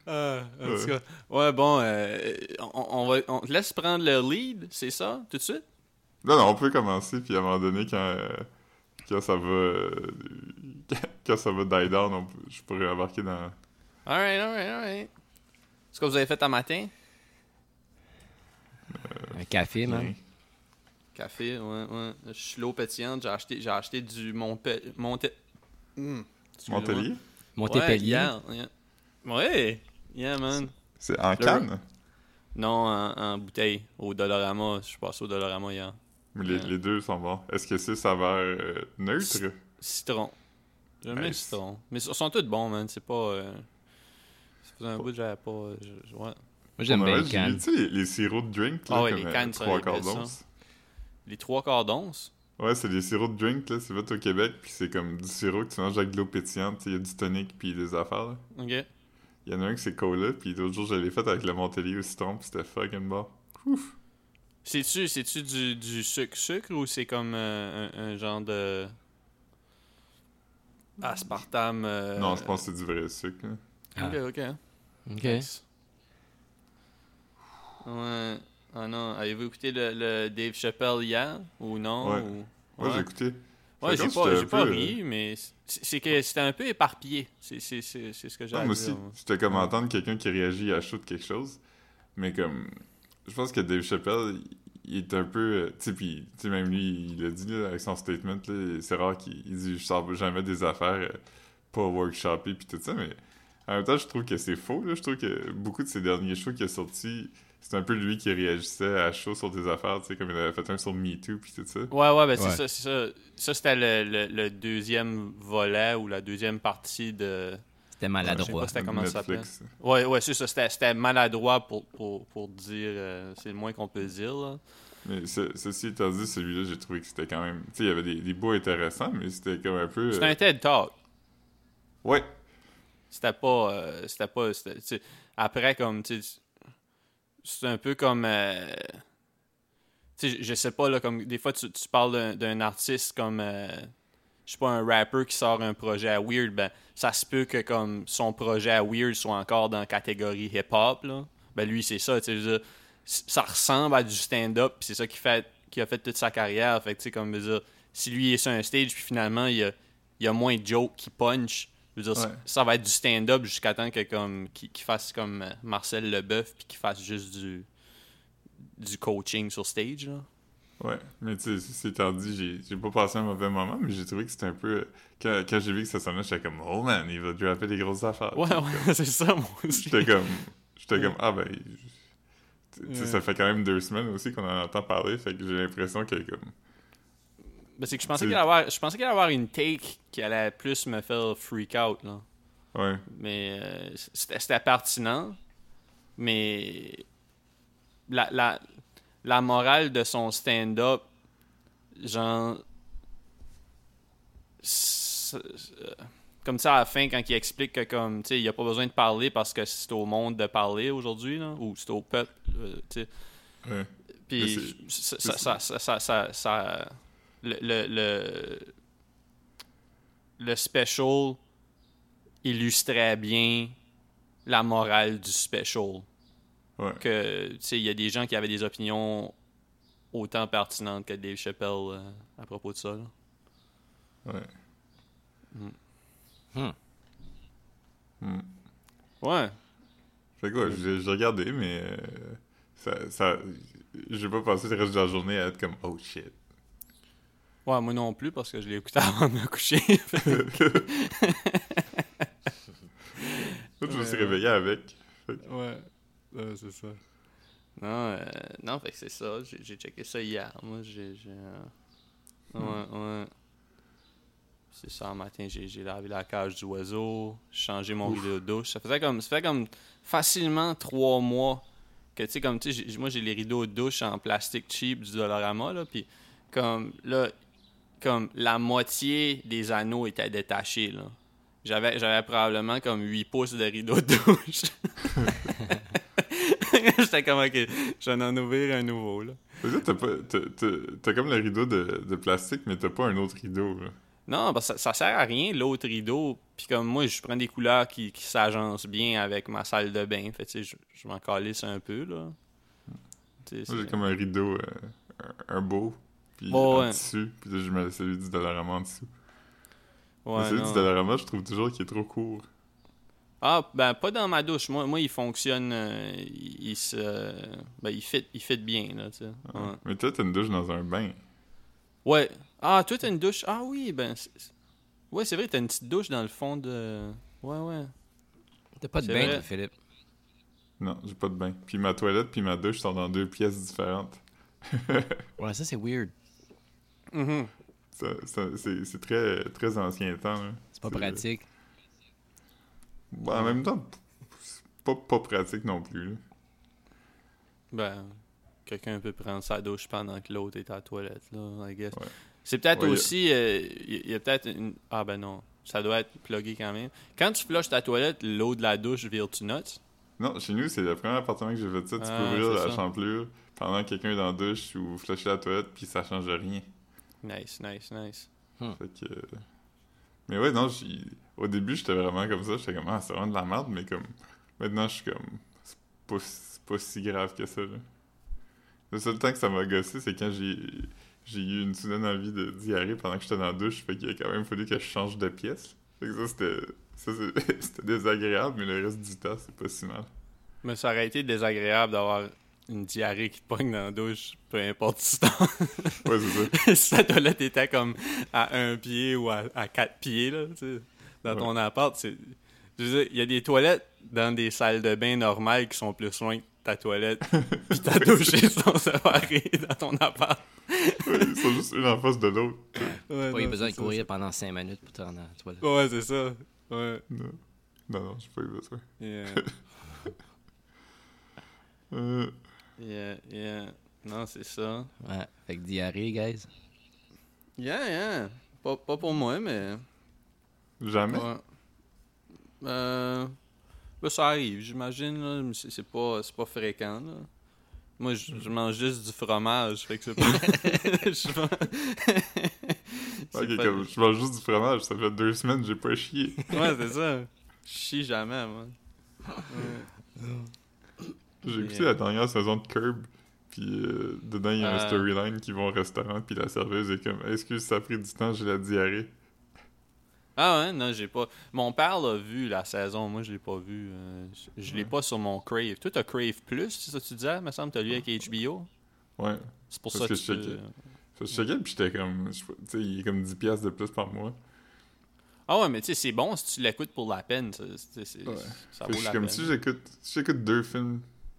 En tout cas, ouais, bon, on te laisse prendre le lead, c'est ça, tout de suite? Non, non, on peut commencer, puis à un moment donné, quand ça va... quand ça va die down, je pourrais embarquer dans... Alright. Ce que vous avez fait un matin? Un café, Rien. man. Café, ouais. Je suis l'eau pétillante, j'ai acheté du excusez-moi. Montpellier? Montépélier. Yeah. Ouais, yeah, man. C'est en Le- canne? Non, en bouteille, au Dollarama. Je suis passé au Dollarama hier. Mais les deux sont bons. Est-ce que c'est saveur neutre? Citron. J'aime bien le Nice. citron. Mais ils sont tous bons, man. C'est pas... Ça faisait un bout que j'avais pas... ouais. Moi, j'aime On bien aurait le du- can. Tu sais, les sirops de drink, là, Ah ouais, comme les cannes, ça, 3 les quarts belles, ça. d'once. Les 3/4 d'once. Ouais, c'est des sirops de drink, là. C'est fait au Québec, puis c'est comme du sirop que tu manges avec de l'eau pétillante. Tu sais, il y a du tonic, puis des affaires, là. OK. Il y en a un que c'est cola, puis l'autre jour, je l'ai fait avec le Montpellier au citron, puis c'était fucking bon. Ouf! C'est-tu du sucre ou c'est comme un genre de... aspartame... Non, je pense que c'est du vrai sucre, là. Ah. OK. OK. Nice. Ouais. Ah non, avez-vous écouté le Dave Chappelle hier ou non? Ouais. ou... Ouais, j'ai écouté. Ouais, Comme j'ai j'étais un pas peu, ri, mais c'est que c'était un peu éparpillé. C'est ce que j'ai Non, à moi dire. aussi, j'étais comme entendre quelqu'un qui réagit à chaud de quelque chose, mais comme... Je pense que Dave Chappelle, il est un peu... tu sais, puis tu sais, même lui, il a dit, là, avec son statement, là, c'est rare qu'il dit « Je sors jamais des affaires pas workshoppées » puis tout ça, mais en même temps, je trouve que c'est faux, là. Je trouve que beaucoup de ses derniers shows qu'il a sortis, c'est un peu lui qui réagissait à chaud sur des affaires, tu sais, comme il avait fait un sur Me Too puis tout ça. Ouais, ben Ouais. c'est ça. Ça, c'était le deuxième volet ou la deuxième partie de... C'était Je sais maladroit. pas c'était comment ça s'appelle. Netflix. Ouais, c'est ça. C'était maladroit pour dire... c'est le moins qu'on peut dire, là. Mais ceci étant dit, celui-là, j'ai trouvé que c'était quand même... Tu sais, il y avait des bouts intéressants, mais c'était comme un peu... C'était un TED Talk. Ouais, Tu sais, après, comme... tu sais, c'est un peu comme... tu sais, je sais pas, là, comme... Des fois, tu parles d'un artiste comme... je sais pas, un rapper qui sort un projet à Weird, ben, ça se peut que, comme, son projet à Weird soit encore dans la catégorie hip-hop, là. Ben, lui, c'est ça, tu sais, je veux dire, ça ressemble à du stand-up, pis c'est ça qui a fait toute sa carrière. Fait que, tu sais, comme, je veux dire, si lui il est sur un stage, puis finalement, il y a moins de jokes qui punch, je veux dire, Ouais. ça va être du stand-up jusqu'à temps que, comme, qu'il fasse comme Marcel Leboeuf, puis qu'il fasse juste du coaching sur stage, là. ouais. Mais tu sais, ceci étant dit, j'ai pas passé un mauvais moment, mais j'ai trouvé que c'était un peu... Quand j'ai vu que ça sonnait, j'étais comme « Oh man, il va dropper des grosses affaires. » Ouais, c'est ça, moi aussi. J'étais comme « Ah ben... » Tu sais, ça fait quand même 2 semaines aussi qu'on en entend parler, fait que j'ai l'impression que comme... Ben, c'est que je pensais C'est- qu'il allait avoir une take qui allait plus me faire freak out, là. Ouais. Mais c'était pertinent. Mais la morale de son stand-up, genre... comme ça à la fin, quand il explique que comme, tu sais, il n'y a pas besoin de parler parce que c'est au monde de parler aujourd'hui, là, ou c'est au peuple, tu sais. Ouais. Puis Mais ça le special illustrait bien la morale du special. Ouais. Que, tu sais, il y a des gens qui avaient des opinions autant pertinentes que Dave Chappelle à propos de ça, là. Ouais. Ouais. Fait que ouais, j'ai regardé, mais... j'ai pas passé le reste de la journée à être comme « Oh shit ». Ouais, moi non plus, parce que je l'ai écouté avant de me coucher. Moi, je me suis réveillé avec. Ouais, c'est ça. Non, fait que c'est ça. J'ai checké ça hier. Moi, ouais. C'est ça, un matin, j'ai lavé la cage du oiseau, changé mon rideau de douche. Ça fait comme facilement 3 mois que, tu sais, comme, tu sais, moi, j'ai les rideaux de douche en plastique cheap du Dollarama, là, puis comme la moitié des anneaux étaient détachés, là. J'avais probablement comme 8 pouces de rideau de douche. J'étais comme, ok, je vais en ouvrir un nouveau, là. Fait que là, t'as comme le rideau de plastique, mais t'as pas un autre rideau, là. Non, parce que ça sert à rien, l'autre rideau. Puis comme moi, je prends des couleurs qui s'agencent bien avec ma salle de bain. Fait tu sais, je m'en calisse un peu, là. Tu sais, Moi, j'ai comme un rideau, un beau, puis Ouais, en ouais. tissu, puis là, je mets celui du Dollarama en dessous. Mais Ouais, celui du non. Dollarama, je trouve toujours qu'il est trop court. Ah, ben, pas dans ma douche. Moi il fonctionne. Il se. Ben, il fit bien, là, tu sais. Ouais. Mais toi, t'as une douche dans un bain. Ouais. Ah, toi, t'as une douche. Ah oui, ben. Ouais, c'est vrai, t'as une petite douche dans le fond de. Ouais, ouais. T'as pas de C'est bain, vrai. toi, Philippe. Non, j'ai pas de bain. Puis ma toilette puis ma douche sont dans 2 pièces différentes. Ouais, ça, c'est weird. Mhm. C'est très, très ancien temps, là. C'est pas pratique. Bon, en même temps, c'est pas pratique non plus, là. Ben, quelqu'un peut prendre sa douche pendant que l'autre est à la toilette, là, I guess. Ouais. C'est peut-être Ouais, aussi. Il y a peut-être une. Ah, ben non. Ça doit être plugué quand même. Quand tu flushes ta toilette, l'eau de la douche vire-tu nuts? Non, chez nous, c'est le premier appartement que j'ai fait ça. Tu Ah, peux ouvrir c'est la ça. champlure pendant que quelqu'un est dans la douche ou flusher la toilette, puis ça change rien. Nice, nice, nice. Fait que... Mais ouais, non, au début, j'étais vraiment comme ça. J'étais comme, ah, c'est vraiment de la merde, mais comme... Maintenant, je suis comme... C'est pas si grave que ça, là. Le seul temps que ça m'a gossé, c'est quand j'ai eu une soudaine envie de diarrhée pendant que j'étais dans la douche. Fait qu'il a quand même fallu que je change de pièce. Fait que ça, c'était désagréable, mais le reste du temps, c'est pas si mal. Mais ça aurait été désagréable d'avoir une diarrhée qui te pogne dans la douche, peu importe si, Ouais, c'est ça. si ta toilette était comme à 1 pied ou à 4 pieds, là, tu sais, dans ton appart. Je veux dire, il y a des toilettes dans des salles de bain normales qui sont plus loin que ta toilette, puis ta douche, ils sont séparés dans ton appart. Ouais, ils sont juste une en face de l'autre. Ouais, Pas eu non, besoin de c'est ça. courir pendant 5 minutes pour te rendre à la toilette. Ouais, c'est ça. Ouais. Non, non, j'ai pas eu besoin. Yeah. Euh, Yeah. Non, c'est ça. Ouais. Fait que diarrhée, guys. Yeah. Pas pour moi, mais... jamais. Ouais. Ben, ça arrive, j'imagine, là, mais c'est pas fréquent, là. Moi, je mange juste du fromage, fait que c'est pas... je mange- Ok, c'est pas- comme je mange juste du fromage, ça fait 2 semaines que j'ai pas chié. Ouais, c'est ça. Je chie jamais, moi. J'ai écouté Yeah. la dernière saison de Curb, puis dedans il y a un Ah. storyline qui vont au restaurant, puis la serveuse est comme excuse, ça a pris du temps, j'ai la diarrhée. Ah ouais, non, j'ai pas... Mon père l'a vu, la saison, moi, je l'ai pas vu. Je l'ai pas sur mon Crave. Toi, t'as Crave Plus, c'est ça que tu disais, me semble, t'as lu avec HBO? Ouais. C'est pour Parce ça que que je checkais. Je checkais, puis j'étais comme, tu sais, il est comme 10$ de plus par mois. Ah ouais, mais tu sais, c'est bon si tu l'écoutes pour la peine. Ça Ouais. vaut Fait que la je suis peine. comme si j'écoute 2 films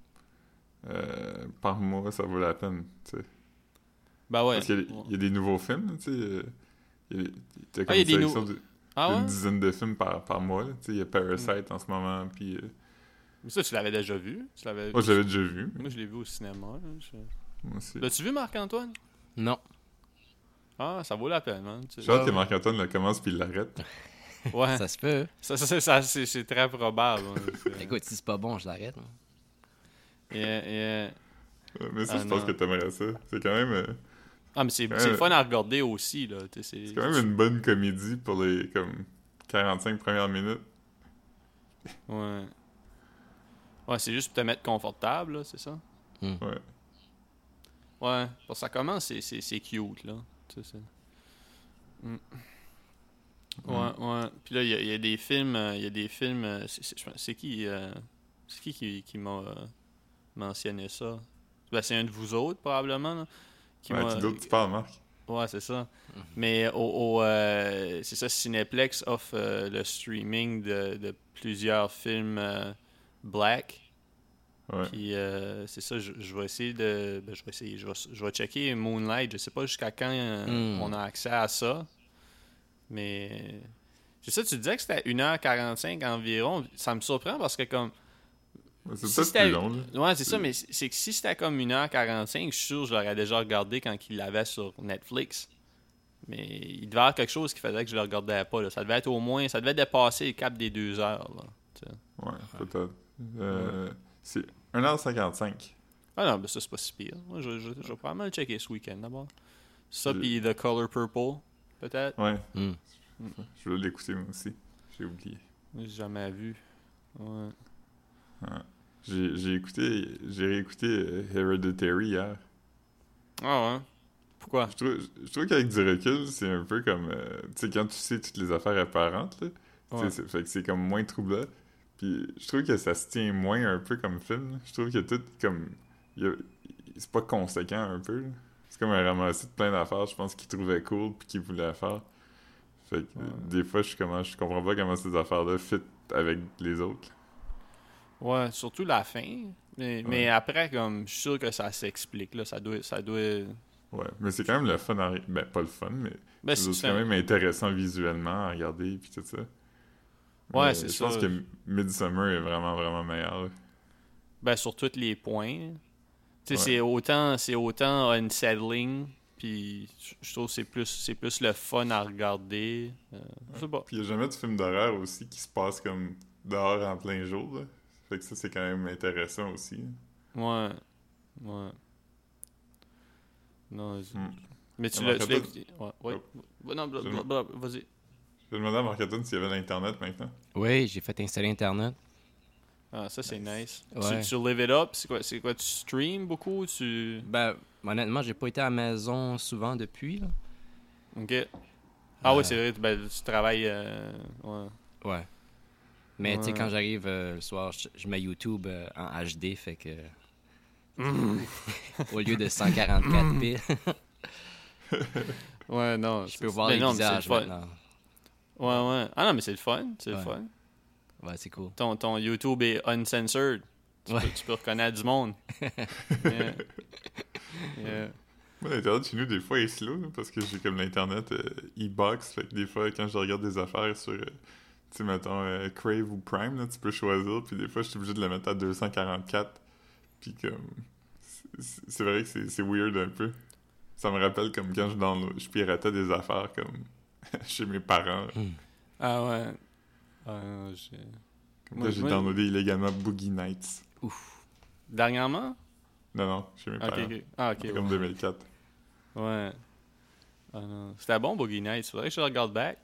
par mois, ça vaut la peine, tu sais. Ben ouais. Parce qu'il y a des nouveaux films, tu sais. T'as comme il y a une des sélection Ah d'une ouais? dizaine de films par mois, là. Tu sais, il y a Parasite en ce moment, puis... Mais ça, tu l'avais déjà vu? Moi, je l'avais déjà vu. Moi, je l'ai vu au cinéma. Là. Moi aussi. L'as-tu vu, Marc-Antoine? Non. Ah, ça vaut la peine, man. J'ai hâte que Marc-Antoine le commence puis il l'arrête. Ouais. Ça se peut. C'est très probable. hein. Écoute, si c'est pas bon, je l'arrête. hein. Yeah. Mais ça, Ah, je pense non. que t'aimerais ça. C'est quand même... Ah, mais c'est Ouais. le fun à regarder aussi, là. Tu sais, C'est quand même une bonne comédie pour les, comme, 45 premières minutes. Ouais. Ouais, c'est juste pour te mettre confortable, là, c'est ça? Ouais. Ouais. Pour ça commence, c'est cute, là. Tu sais, Ouais. Puis là, il y a des films... c'est qui m'a mentionné ça? Ben, c'est un de vous autres, probablement, là, qui Ouais, m'a... qui d'autre tu parles, Marc? Ouais, c'est ça. Mais c'est ça, Cineplex offre le streaming de plusieurs films black. Ouais. Puis c'est ça, je vais essayer de... Ben, je vais checker Moonlight. Je sais pas jusqu'à quand on a accès à ça. Mais... C'est ça, tu disais que c'était 1h45 environ. Ça me surprend parce que comme... Mais c'est Si peut-être c'était- plus long, là. Ouais, c'est ça, mais c'est que si c'était comme 1h45, je suis sûr que je l'aurais déjà regardé quand il l'avait sur Netflix. Mais il devait y avoir quelque chose qui faisait que je le regardais pas. Là. Ça devait être au moins... Ça devait dépasser le cap des 2 heures. Là, tu sais. Ouais, peut-être. C'est 1h55. Ah non, ben ça, c'est pas si pire. Moi, je vais probablement le checker ce week-end d'abord. Ça, Je- puis The Color Purple. peut-être. Ouais, Hmm. je voulais l'écouter moi aussi. J'ai oublié. J'ai jamais vu. Ouais. Ouais. J'ai réécouté Hereditary hier. Ah ouais? Pourquoi? Je trouve qu'avec du recul, c'est un peu comme, tu sais, quand tu sais toutes les affaires apparentes, là, tu sais, Ouais. fait que c'est comme moins troublant. Puis je trouve que ça se tient moins un peu comme film, là. Je trouve que tout, comme, il y a- c'est pas conséquent un peu, là. C'est comme un ramassis de plein d'affaires, je pense, qu'il trouvait cool puis qu'il voulait faire. Fait que Ouais. des fois, je comprends pas comment ces affaires-là fit avec les autres. Ouais, surtout la fin. Mais après, comme, je suis sûr que ça s'explique, là. Ça doit... Ouais, mais c'est quand même le fun ben, pas le fun, mais Ben, c'est quand même intéressant visuellement à regarder puis tout ça. Ouais, Mais c'est je ça. pense que Midsommar est vraiment, vraiment meilleur, là. Ben, sur tous les points. Tu sais, Ouais. c'est autant unsettling, puis je trouve que c'est plus le fun à regarder. Je sais pas. Puis il n'y a jamais de film d'horreur aussi qui se passe comme dehors en plein jour, là. Fait que ça, c'est quand même intéressant aussi. Ouais. Ouais. Non, Hmm. mais tu Mais l'as Marc-Antoine- écouté. Ouais, ouais. Non, Je me- vas-y. je demandais à Marc-Antoine s'il y avait l'Internet maintenant. Oui, j'ai fait installer Internet. Ah, ça, c'est nice. Ouais. Tu live it up? C'est quoi, tu stream beaucoup? Ben, honnêtement, j'ai pas été à la maison souvent depuis, là. Ok. Ah oui, Euh, c'est vrai, ben, tu travailles... ouais. Ouais. Mais tu sais, Ouais. quand j'arrive le soir, je mets YouTube en HD, fait que au lieu de 144p, Ouais, non. je peux voir mais les non, mais c'est le visages fun. maintenant. Ouais, ouais. Ah non, mais c'est le fun. C'est le Ouais. fun. Ouais, c'est cool. Ton YouTube est uncensored. Ouais. Tu peux reconnaître du monde. Yeah. Yeah. Moi, l'Internet chez nous, des fois, est slow, là, parce que j'ai comme l'Internet e-box. Fait que des fois, quand je regarde des affaires sur, tu sais, mettons, Crave ou Prime, là, tu peux choisir. Puis des fois, je suis obligé de le mettre à 244. Puis comme... c'est vrai que c'est weird un peu. Ça me rappelle comme quand je piratais des affaires comme chez mes parents. Ah ouais. Ah, non, Comme Moi- quand j'ai moi- downloadé illégalement Boogie Nights. Dernièrement? Non, chez mes Ok, parents. ok. Ah, ok. Comme Ouais. 2004. Ouais. Ah, non. C'était bon, Boogie Nights. Faudrait que je le regarde back.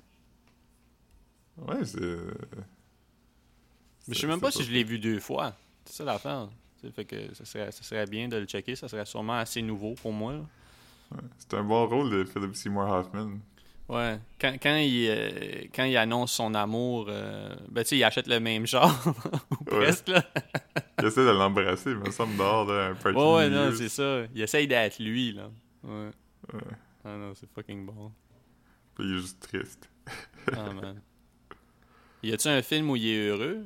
Ouais, c'est... Mais je sais même pas si je l'ai vu 2 fois. C'est ça l'affaire. Tu sais, fait que ça serait bien de le checker. Ça serait sûrement assez nouveau pour moi, là. Ouais. C'est un bon rôle de Philip Seymour Hoffman. Ouais. Quand il annonce son amour, ben tu sais, il achète le même genre. Ou Ouais. presque, là. Il essaie de l'embrasser, il me semble, dehors d'un party Ouais, ouais, New non, Year's. c'est ça. Il essaye d'être lui, là. Ouais. Ouais. Ah non, c'est fucking bon. Puis il est juste triste. Ah, man. Y a-tu un film où il est heureux?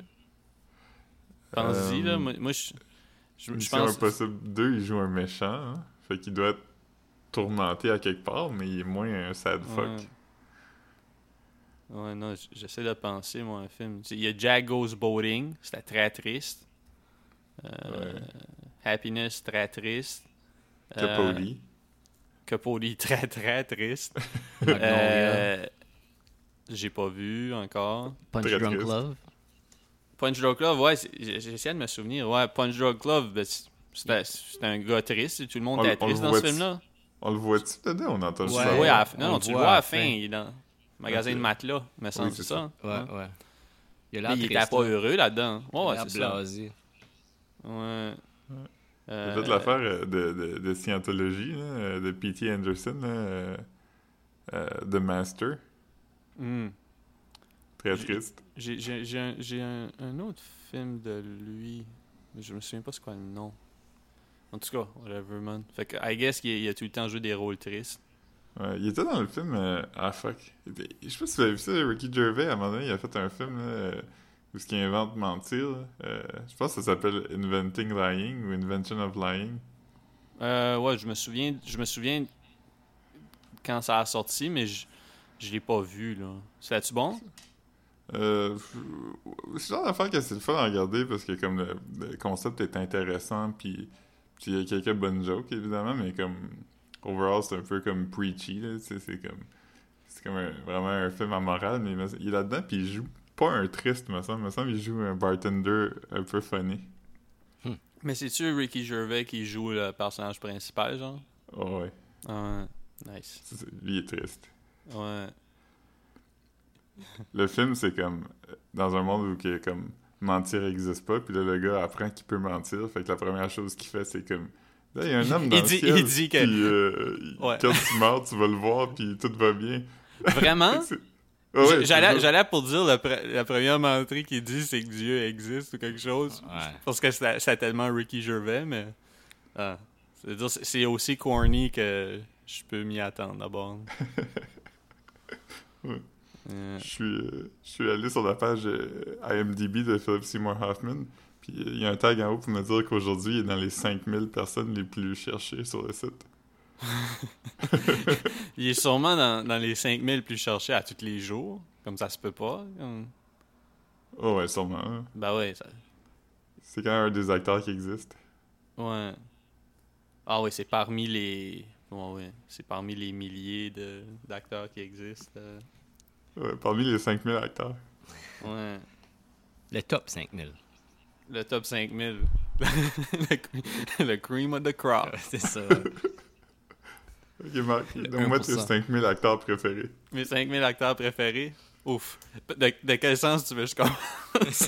Pense-y, là. Moi je Mission pense... Impossible 2, il joue un méchant, hein. Fait qu'il doit être tourmenté à quelque part, mais il est moins un sad fuck. Ouais. Ouais, non, j'essaie de penser, moi, un film. Il y a Jack Goes Boating, c'était très triste. Ouais. Happiness, très triste. Capote. Capote, très, très triste. Magnolia, J'ai pas vu encore. Punch Très Drunk triste. Love. Punch Drunk Love, ouais, j'essaie de me souvenir. Ouais, Punch Drunk Love, ben, c'était un gars triste. Tout le monde On- était on le triste dans ce voit-tu? film-là. On le voit-tu dedans? On entend juste Ouais. la Oui, voix. non, on tu le le voit vois à à la la fin. fin. Il est dans le magasin Ok. de matelas, me semble, c'est c'est ça? Ouais, Hein? ouais. Il a Mais l'air il triste, était pas là. heureux là-dedans. Il a Ouais, ouais, l'air c'est ça. blasé. Ouais. J'ai fait l'affaire de Scientologie, là, de P.T. Anderson, là, The Master. Hmm. Très triste. J'ai un autre film de lui. Mais je me souviens pas c'est quoi le nom. En tout cas, whatever, man. Fait que, I guess qu'il a tout le temps joué des rôles tristes. Ouais, il était dans le film... ah, fuck. Je sais pas si vous avez vu ça, Ricky Gervais, à un moment donné, il a fait un film là, où il invente mentir. Là. Je pense que ça s'appelle Inventing Lying ou Invention of Lying. Ouais, je me souviens quand ça a sorti, mais je l'ai pas vu, là. C'était-tu bon? C'est le genre d'affaire que c'est le fun à regarder parce que comme le concept est intéressant puis il y a quelques bonnes jokes évidemment mais comme overall c'est un peu comme preachy là, tu sais, c'est comme vraiment un film à morale mais il est là-dedans puis il joue pas un triste me semble il joue un bartender un peu funny. Mais c'est-tu Ricky Gervais qui joue le personnage principal, genre? Oh ouais, Ah, nice. lui il est triste. Ouais. Le film, c'est comme dans un monde où que, comme mentir existe pas, puis là, le gars apprend qu'il peut mentir, fait que la première chose qu'il fait, c'est comme là, il y a un homme dans le ciel, il dit que... puis Ouais. quand tu meurs, tu vas le voir, puis tout va bien. Vraiment? C'est- Ah ouais, J'allais pour dire la première menterie qu'il dit, c'est que Dieu existe ou quelque chose. Ouais. Parce que c'est tellement Ricky Gervais, mais... Ah. C'est-à-dire, c'est aussi corny que je peux m'y attendre d'abord. Ouais. Je suis allé sur la page IMDb de Philip Seymour Hoffman, puis il y a un tag en haut pour me dire qu'aujourd'hui, il est dans les 5000 personnes les plus cherchées sur le site. Il est sûrement dans les 5000 plus cherchés à tous les jours. Comme ça se peut pas. Oh ouais, sûrement. Hein. Ben ouais, ça... C'est quand même un des acteurs qui existe. Ouais. Ah ouais, c'est parmi les... Ouais. C'est parmi les milliers d'acteurs qui existent. Ouais, parmi les 5000 acteurs. Ouais. Le top 5000. Le top 5000. le cream of the crop. C'est ça. Ok, Marc, Le donne-moi tes 1%. 5000 acteurs préférés. Mes 5000 acteurs préférés. Ouf. De quel sens tu veux que je commence?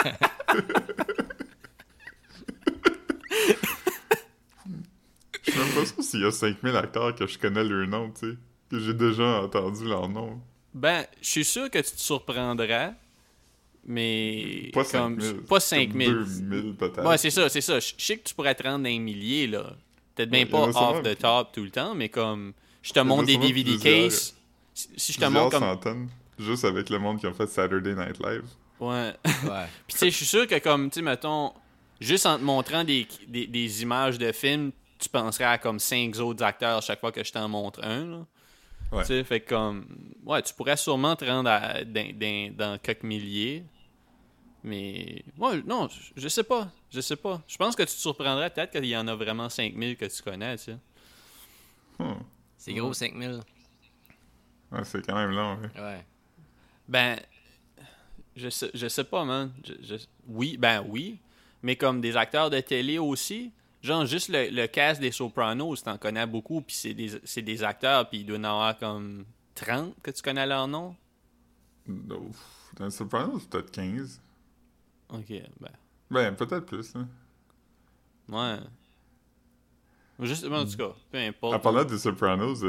Je suis même pas sûr s'il y a 5000 acteurs que je connais leur nom, tu sais. Que j'ai déjà entendu leur nom. Ben, je suis sûr que tu te surprendras, mais... Pas comme, 5000. Pas 5000. 2000 peut-être. Ouais, c'est ça. Je sais que tu pourrais te rendre dans les milliers, là. Peut-être bien Ouais, pas il y en a sûrement off the top tout le temps, mais comme... Je te en a montre des sûrement DVD plusieurs. cases. Si je te Plusieurs montre comme... centaines. Juste avec le monde qui ont fait Saturday Night Live. Ouais. Ouais. Puis tu sais, je suis sûr que comme, tu sais, mettons, juste en te montrant des images de films, tu penserais à comme 5 autres acteurs à chaque fois que je t'en montre un, là. Ouais. Tu sais, fait que comme... Ouais, tu pourrais sûrement te rendre dans quelques milliers. Mais... Ouais, non, je sais pas. Je sais pas. Je pense que tu te surprendrais peut-être qu'il y en a vraiment 5000 que tu connais, tu sais. C'est gros 5000. Ouais, c'est quand même long, ouais. Ouais. Ben... Je sais pas, man. Oui, ben oui. Mais comme des acteurs de télé aussi... Genre, juste le cast des Sopranos, t'en connais beaucoup, puis c'est des acteurs, puis il doit y en avoir comme 30 que tu connais leur nom. Ouf. Dans Sopranos, peut-être 15. Ok, ben, Ben, peut-être plus, hein. ouais. Justement, en tout cas, peu importe. En parlant des Sopranos,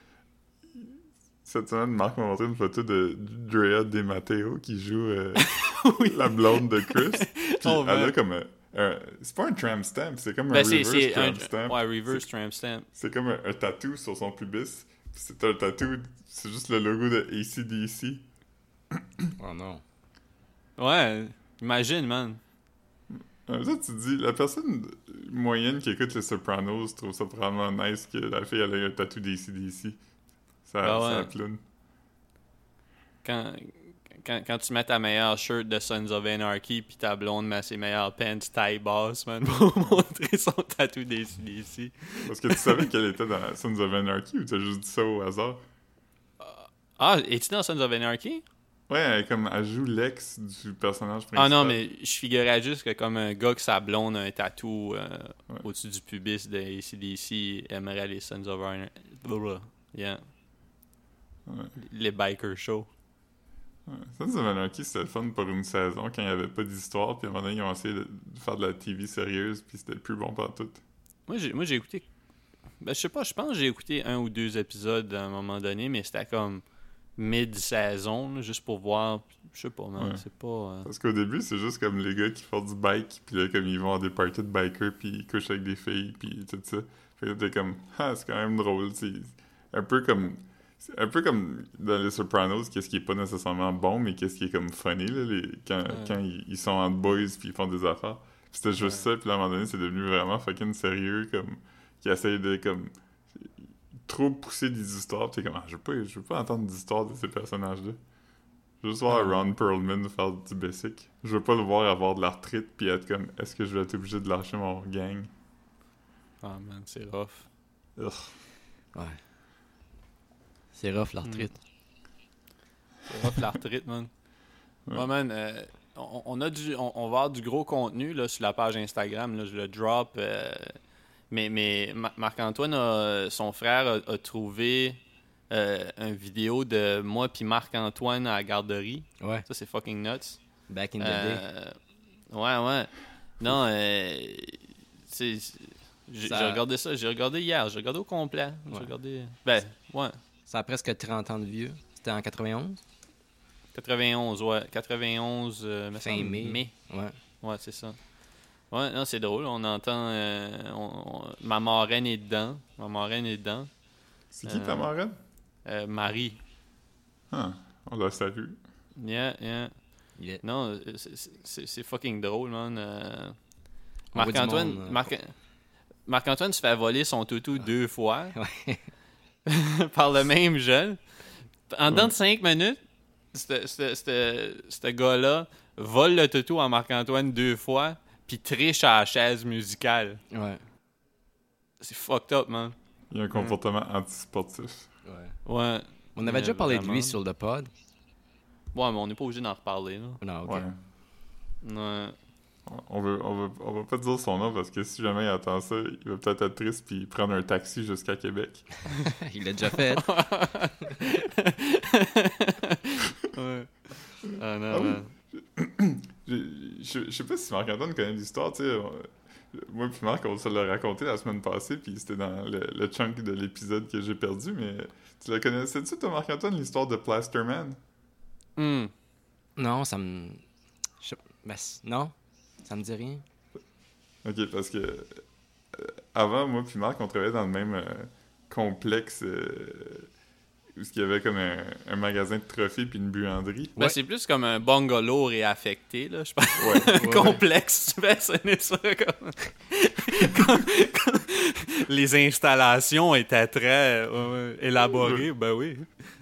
cette semaine, Marc m'a montré une photo de Drea De Matteo qui joue Oui. la blonde de Chris. Puis Oh, elle a man. comme c'est pas un tramp stamp, c'est comme Ben, un reverse c'est tramp stamp. Ouais, reverse tramp stamp. C'est comme un tatou sur son pubis. Puis c'est un tatou, c'est juste le logo de AC/DC. Oh non. Ouais, imagine, man. Ça, tu te dis, la personne moyenne qui écoute les Sopranos trouve ça probablement nice que la fille elle ait un tatou d'AC/DC. Ça, Ben ouais. ça plune. Quand tu mets ta meilleure shirt de Sons of Anarchy puis ta blonde met ses meilleures pants taille basse, man, pour montrer son tatou d'ici. Parce que tu savais qu'elle était dans Sons of Anarchy ou t'as juste dit ça au hasard? Ah, es-tu dans Sons of Anarchy? Ouais, elle joue l'ex du personnage principal. Ah non, mais je figurais juste que comme un gars que sa blonde a un tatou au-dessus du pubis de AC/DC aimerait les Sons of Anarchy. Yeah. Ouais. Les biker shows. Ouais. Sons of Anarchy, c'était le fun pour une saison quand il n'y avait pas d'histoire, puis à un moment donné, ils ont essayé de faire de la TV sérieuse, puis c'était le plus bon pour tout. Moi, j'ai écouté... Ben, je sais pas, je pense que j'ai écouté 1 ou 2 épisodes à un moment donné, mais c'était comme mid-saison, là, juste pour voir. Je sais pas, man, Ouais. c'est pas... Parce qu'au début, c'est juste comme les gars qui font du bike, puis là, comme ils vont à des parties de bikers, puis ils couchent avec des filles, puis tout ça. Fait que là, t'es comme, ah, c'est quand même drôle, c'est un peu comme... C'est un peu comme dans les Sopranos, qu'est-ce qui est pas nécessairement bon, mais qu'est-ce qui est comme funny, là, quand ils sont en boys puis ils font des affaires. Puis c'était juste ça, puis là, à un moment donné, c'est devenu vraiment fucking sérieux, comme, qui essaye de, comme, trop pousser des histoires, puis t'es comme, ah, je veux pas entendre d'histoires de ces personnages-là. Je veux juste voir Ron Perlman faire du basic. Je veux pas le voir avoir de l'arthrite, puis être comme, est-ce que je vais être obligé de lâcher mon gang? Ah, man, c'est rough. Ugh. Ouais. C'est rough, l'arthrite. C'est rough l'arthrite, man. Ouais. Ouais, man, on va avoir du gros contenu là, sur la page Instagram. Là, je le drop. Mais Marc-Antoine, son frère, a trouvé une vidéo de moi puis Marc-Antoine à la garderie. Ouais. Ça, c'est fucking nuts. Back in the day. Ouais. Non, j'ai regardé ça. J'ai regardé hier. J'ai regardé au complet. J'ai regardé... Ben, ouais. Ça a presque 30 ans de vieux. C'était en 91? 91, ouais. 91, Fin mai. Ouais, c'est ça. Ouais, non, c'est drôle. On entend... ma marraine est dedans. C'est qui ta marraine? Marie. Ah, on la salue. Yeah. Non, c'est fucking drôle, man. Marc-Antoine se fait voler son toutou 2 fois par le même jeune. En dedans de 5 minutes, ce gars-là vole le toutou à Marc-Antoine 2 fois puis triche à la chaise musicale. Ouais. C'est fucked up, man. Il y a un comportement antisportif. Ouais. On avait déjà parlé vraiment. de lui sur le pod. Ouais, mais on n'est pas obligé d'en reparler, là. Non, ok. Ouais. On va pas dire son nom parce que si jamais il entend ça, il va peut-être être triste puis prendre un taxi jusqu'à Québec. Il l'a déjà fait. Ouais. Ah non, Je sais pas si Marc-Antoine connaît l'histoire, tu sais. Moi puis Marc, on se l'a raconté la semaine passée, puis c'était dans le chunk de l'épisode que j'ai perdu, mais tu la connaissais-tu, toi, Marc-Antoine, l'histoire de Plasterman? Non, ça me... non, ça me dit rien. Ok, parce que avant, moi puis Marc, on travaillait dans le même complexe où il y avait comme un magasin de trophées puis une buanderie. Ben, c'est plus comme un bungalow réaffecté, là, je pense. Ouais. Complexe, tu fais sonner ça comme... Les installations étaient très élaborées, ben oui.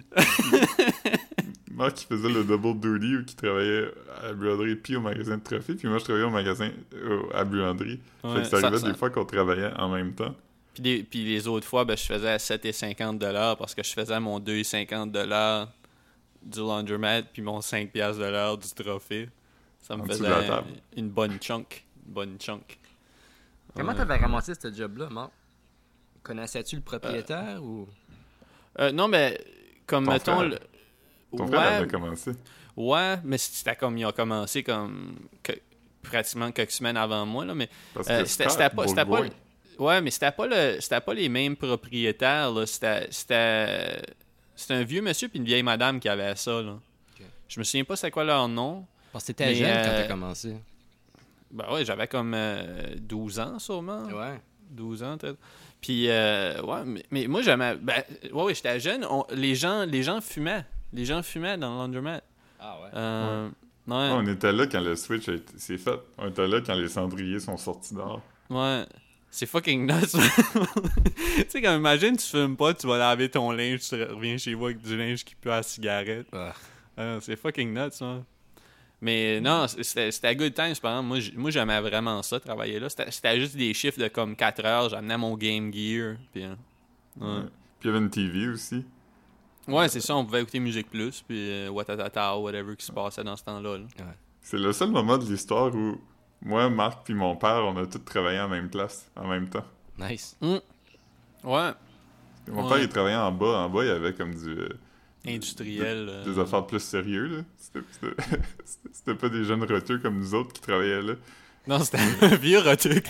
Marc qui faisait le double duty ou qui travaillait à la buanderie puis au magasin de trophées, puis moi je travaillais au magasin à la buanderie. Ouais, fait que ça arrivait des fois qu'on travaillait en même temps. Puis les autres fois, ben, je faisais à 7,50$ parce que je faisais mon 2,50$ du laundromat puis mon 5$ du trophée. Ça me faisait une bonne chunk. Comment t'avais ramassé ce job-là, Marc? Connaissais-tu le propriétaire ou... Non, mais comme Ton mettons... frère. Ton frère avait commencé. Ouais, mais c'était comme... Il a commencé comme... pratiquement quelques semaines avant moi, là, mais... Parce que c'était pas... Ouais, mais c'était pas les mêmes propriétaires, là. C'était un vieux monsieur puis une vieille madame qui avait ça, là. Okay. Je me souviens pas c'est quoi leur nom. Parce que t'étais jeune quand t'as commencé. Ben ouais, j'avais comme 12 ans, sûrement. Ouais. 12 ans, peut-être. Puis, ouais, mais moi, j'aimais... Ben, ouais, j'étais jeune. Les gens fumaient. Les gens fumaient dans le laundromat. Ah ouais? Ouais. On était là quand le switch s'est fait. On était là quand les cendriers sont sortis dehors. Ouais. C'est fucking nuts. Tu sais, comme imagine, tu fumes pas, tu vas laver ton linge, tu reviens chez vous avec du linge qui pue à la cigarette. C'est fucking nuts, ça. Mais non, c'était good times, par exemple. Moi, j'aimais vraiment ça, travailler là. C'était juste des chiffres de comme 4 heures. J'amenais mon Game Gear. Puis, ouais. Puis il y avait une TV aussi. Ouais, c'est ça. On pouvait écouter Musique Plus, puis Watatata, whatever qui se passait dans ce temps-là. Là. Ouais. C'est le seul moment de l'histoire où moi, Marc puis mon père, on a tous travaillé en même place, en même temps. Nice. Ouais. Et mon père, il travaillait en bas. En bas, il y avait comme du... industriel. Des affaires plus sérieuses, là. C'était pas des jeunes roteux comme nous autres qui travaillaient là. Non, c'était un vieux roteux.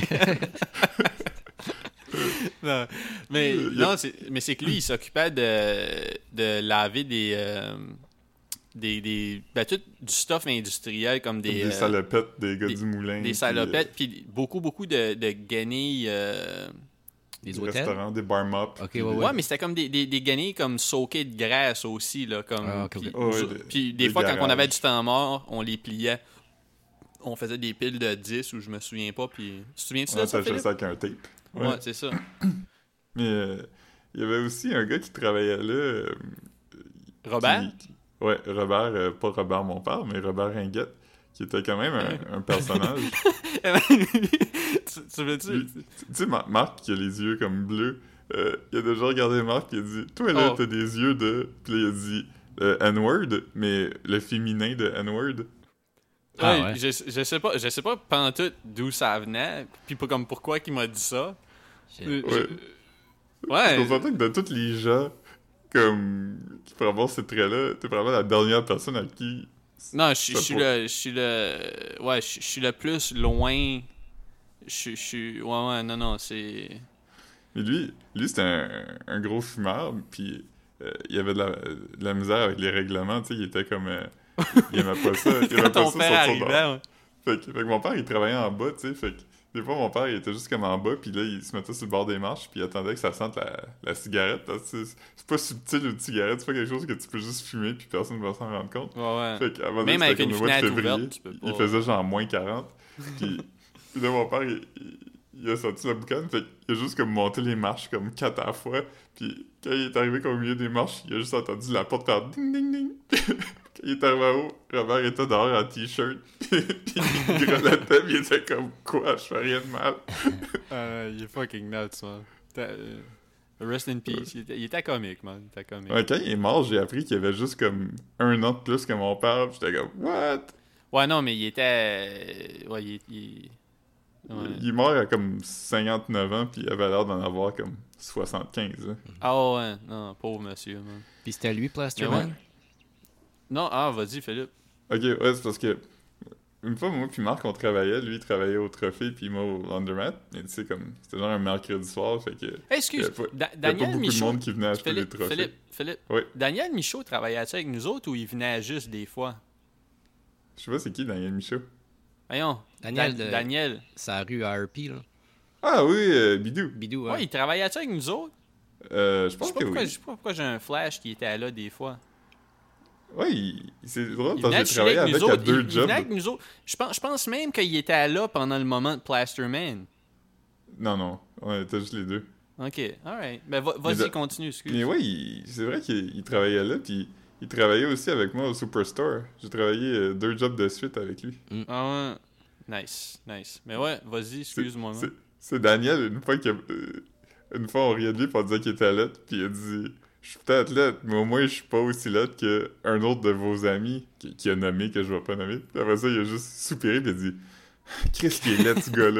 Non, mais non, c'est que lui, il s'occupait de laver ben, tout du stuff industriel comme des salopettes des gars du moulin. Des salopettes, puis beaucoup de guenilles. Des hôtels? Restaurants, des bar mops. Okay, ouais, mais c'était comme des guenilles comme soakées de graisse aussi. Là, comme, puis des fois, quand on avait du temps mort, on les pliait. On faisait des piles de 10 ou je me souviens pas. Puis, tu te souviens-tu de ça, Philippe? Ça avec un tape. Ouais, c'est ça. Mais il y avait aussi un gars qui travaillait là. Robert? Ouais, Robert, pas Robert mon père, mais Robert Ringuette, qui était quand même un personnage. Tu veux-tu? Tu sais, Marc qui a les yeux comme bleus, il a déjà regardé Marc et il a dit « Toi, là, t'as des yeux de... » Puis là, il a dit N-word, mais le féminin de N-word. Ouais. Je sais pas pantoute d'où ça venait, puis pas comme pourquoi qu'il m'a dit ça. Ouais. On s'entend que de tous les gens comme, qui pourrait avoir ces traits-là, t'es vraiment la dernière personne à qui... Non, je ça suis pourrait- le. Je suis le. Ouais, je suis le plus loin. Je suis. Ouais, non, non, c'est. Mais lui c'était un gros fumeur, puis il avait de la misère avec les règlements, tu sais, il était comme... il aimait pas ça, il aimait Quand pas ton ça père sortir dehors. arrivait, ouais. Fait que mon père, il travaillait en bas, tu sais, fait que des fois, mon père, il était juste comme en bas, puis là, il se mettait sur le bord des marches, puis il attendait que ça sente la cigarette, parce que c'est pas subtil, une cigarette, c'est pas quelque chose que tu peux juste fumer, puis personne ne va s'en rendre compte. Ouais, ouais. Fait qu'à un moment donné, Même avec c'était une comme le mois de fenêtre février, ouverte, tu peux pas. il faisait genre moins 40, puis là, mon père, il a sorti la boucane, fait qu'il a juste comme monté les marches comme 4 à la fois, puis quand il est arrivé comme au milieu des marches, il a juste entendu la porte faire ding ding ding. Quand il est arrivé en haut, Robert était dehors en t-shirt, puis il grelottait, puis il était comme quoi, je fais rien de mal. Il est fucking nuts, man. Rest in peace. Il était comique, man. Il était comique. Ouais, quand il est mort, j'ai appris qu'il avait juste comme 1 an de plus que mon père, puis j'étais comme what? Ouais, non, mais il était. Ouais, ouais. Il est mort à comme 59 ans, puis il avait l'air d'en avoir comme 75. Hein. Ah ouais, non, pauvre monsieur, man. Puis c'était lui, Mais Plasterman? ouais. Non, vas-y, Philippe. Ok, ouais, c'est parce que une fois, moi puis Marc, on travaillait. Lui, il travaillait au trophée, puis moi au laundromat. Mais tu sais, comme, c'était genre un mercredi soir, fait que... Hey, Il y excuse, avait pas, il y avait pas Daniel beaucoup de Michaud. monde qui venait acheter des trophées. Philippe. Oui. Daniel Michaud travaillait-tu avec nous autres ou il venait juste des fois? Je sais pas c'est qui, Daniel Michaud. Voyons. Daniel de- Daniel. C'est la rue à RP, là. Ah oui, Bidou. Bidou, Ouais, ouais. il travaillait-tu avec nous autres? Je Je pense sais pas que pourquoi, oui. je sais pas pourquoi j'ai un flash qui était là des fois. Ouais, c'est drôle Il parce venait que de j'ai chiller travaillé avec avec nous à autres. 2 Il jobs. venait avec nous autres. Je pense même qu'il était là pendant le moment de Plasterman. Non, on était juste les deux. Ok, alright. Ben vas-y, Mais de- continue, excuse. Mais ouais, c'est vrai qu'il travaillait là, puis il travaillait aussi avec moi au Superstore. J'ai travaillé 2 jobs de suite avec lui. Ah ouais. Nice. Mais ouais, vas-y, excuse-moi. man. C'est Daniel, une fois on riait de lui, puis on disait qu'il était lettre, puis il a dit « Je suis peut-être lettre, mais au moins je suis pas aussi lettre qu'un autre de vos amis, qui a nommé, que je vais pas nommer. » Puis après ça, il a juste soupiré, puis il a dit « Qu'est-ce qui est lettre, ce gars-là? »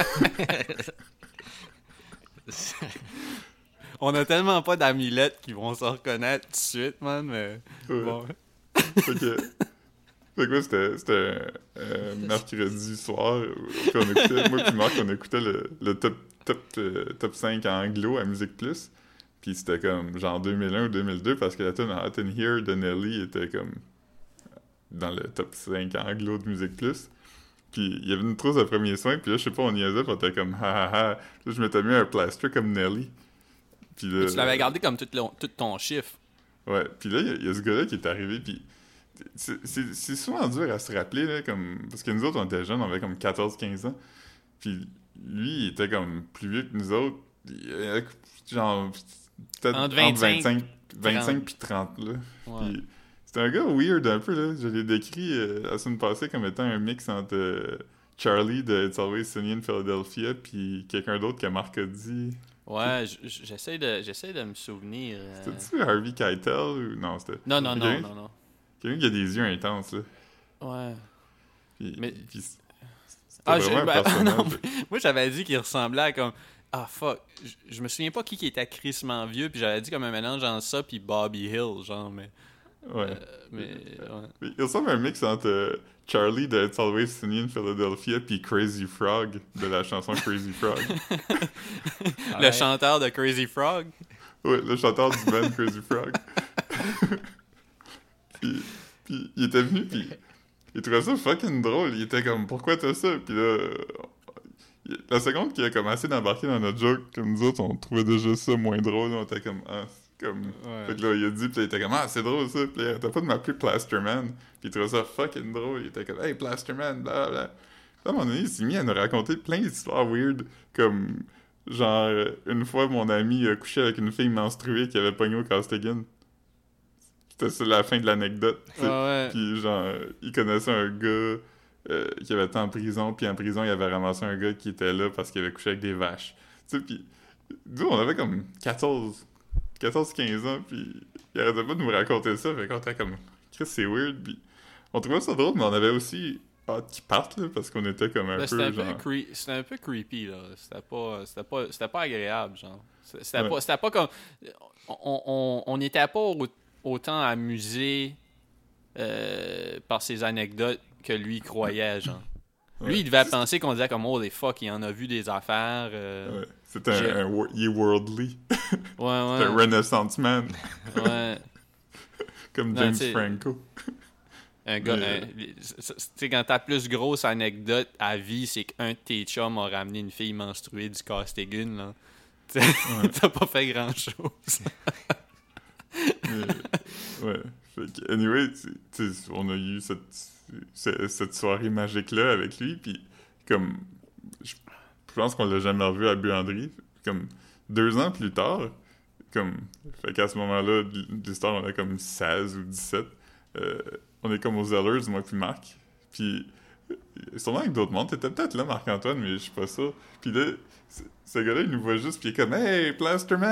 On a tellement pas d'amis lettres qui vont se reconnaître tout de suite, man, mais Ouais. bon. Fait que... Fait que ouais, c'était un mercredi soir, puis on écoutait, moi puis Marc, on écoutait le top 5 anglo à Musique Plus, puis c'était comme genre 2001 ou 2002, parce que la tune Hot in Here de Nelly était comme dans le top 5 anglo de Musique Plus. Puis il y avait une trousse de premiers soins, puis là, je sais pas, on niaisait, puis on était comme ha ha ha. Là, je m'étais mis un plaster comme Nelly. Puis là, Tu l'avais gardé comme tout ton chiffre. Ouais, puis là, il y a ce gars-là qui est arrivé, puis c'est souvent dur à se rappeler, là, comme... Parce que nous autres, on était jeunes, on avait comme 14-15 ans, puis lui, il était comme plus vieux que nous autres, genre, peut-être Entre entre 25 25 puis 30, là. Ouais. Puis c'était un gars weird un peu, là. Je l'ai décrit la semaine passée comme étant un mix entre Charlie de It's Always Sunny in Philadelphia, puis quelqu'un d'autre que Marc a dit... Ouais, j'essaie de me souvenir. C'était-tu Harvey Keitel ou... Non, c'était... Non. Quelqu'un qui a des yeux intenses, là. Ouais. Puis, Mais- puis c'était vraiment un personnage. non, moi j'avais dit qu'il ressemblait à comme ah fuck, je me souviens pas qui était crissement vieux, puis j'avais dit comme un mélange entre ça puis Bobby Hill, genre Ouais. mais ouais. Il ressemble à un mix entre Charlie de It's Always Sunny in Philadelphia puis Crazy Frog de la chanson Crazy Frog. Le chanteur de Crazy Frog. Ouais, le chanteur du band Crazy Frog. puis il était venu, puis il trouvait ça fucking drôle. Il était comme, pourquoi t'as ça? Puis là, la seconde qu'il a commencé d'embarquer dans notre joke, comme nous autres, on trouvait déjà ça moins drôle. On était comme, ah, c'est comme... Ouais. Fait que là, il a dit, puis là, il était comme, ah, c'est drôle ça. Puis là, t'as pas de m'appeler Plasterman. Puis il trouvait ça fucking drôle. Il était comme, hey, Plasterman, blablabla. Puis à un moment donné, il s'est mis à nous raconter plein d'histoires weird, comme, genre, une fois, mon ami a couché avec une fille menstruée qui avait pogné au Castigan. C'était ça la fin de l'anecdote. tu sais. Ah ouais. Puis genre, il connaissait un gars qui avait été en prison, puis en prison, il avait ramassé un gars qui était là parce qu'il avait couché avec des vaches. Tu sais, puis nous, on avait comme 14-15 ans, puis il arrêtait pas de nous raconter ça, fait qu'on était comme, Chris, c'est weird, puis on trouvait ça drôle, mais on avait aussi hâte qu'ils partent, là, parce qu'on était comme un peu, genre... C'était un peu creepy, là. C'était pas agréable, genre. Ouais. C'était pas comme... On n'était pas autant amusé par ses anecdotes que lui croyait, genre. Ouais. Lui, il devait penser qu'on disait comme, oh, les fuck, il en a vu des affaires. Ouais. C'était il est worldly. Ouais, C'est un Renaissance man. Ouais. Comme Non, James t'sais, Franco. un gars, tu sais, quand ta plus grosse anecdote à vie, c'est qu'un de tes chums a ramené une fille menstruée du Castigun, là. T'as pas fait grand-chose. Ouais. Fait que, anyway, on a eu cette soirée magique-là avec lui, puis comme... Je pense qu'on l'a jamais revu à Buanderie. Comme 2 ans plus tard, comme... Fait qu'à ce moment-là, de l'histoire, on a comme 16 ou 17. On est comme aux Zellers, moi puis Marc. Puis, sûrement avec d'autres mondes. T'étais peut-être là, Marc-Antoine, mais je suis pas sûr. Puis là, ce gars-là, il nous voit juste, puis il est comme « Hey, Plasterman! »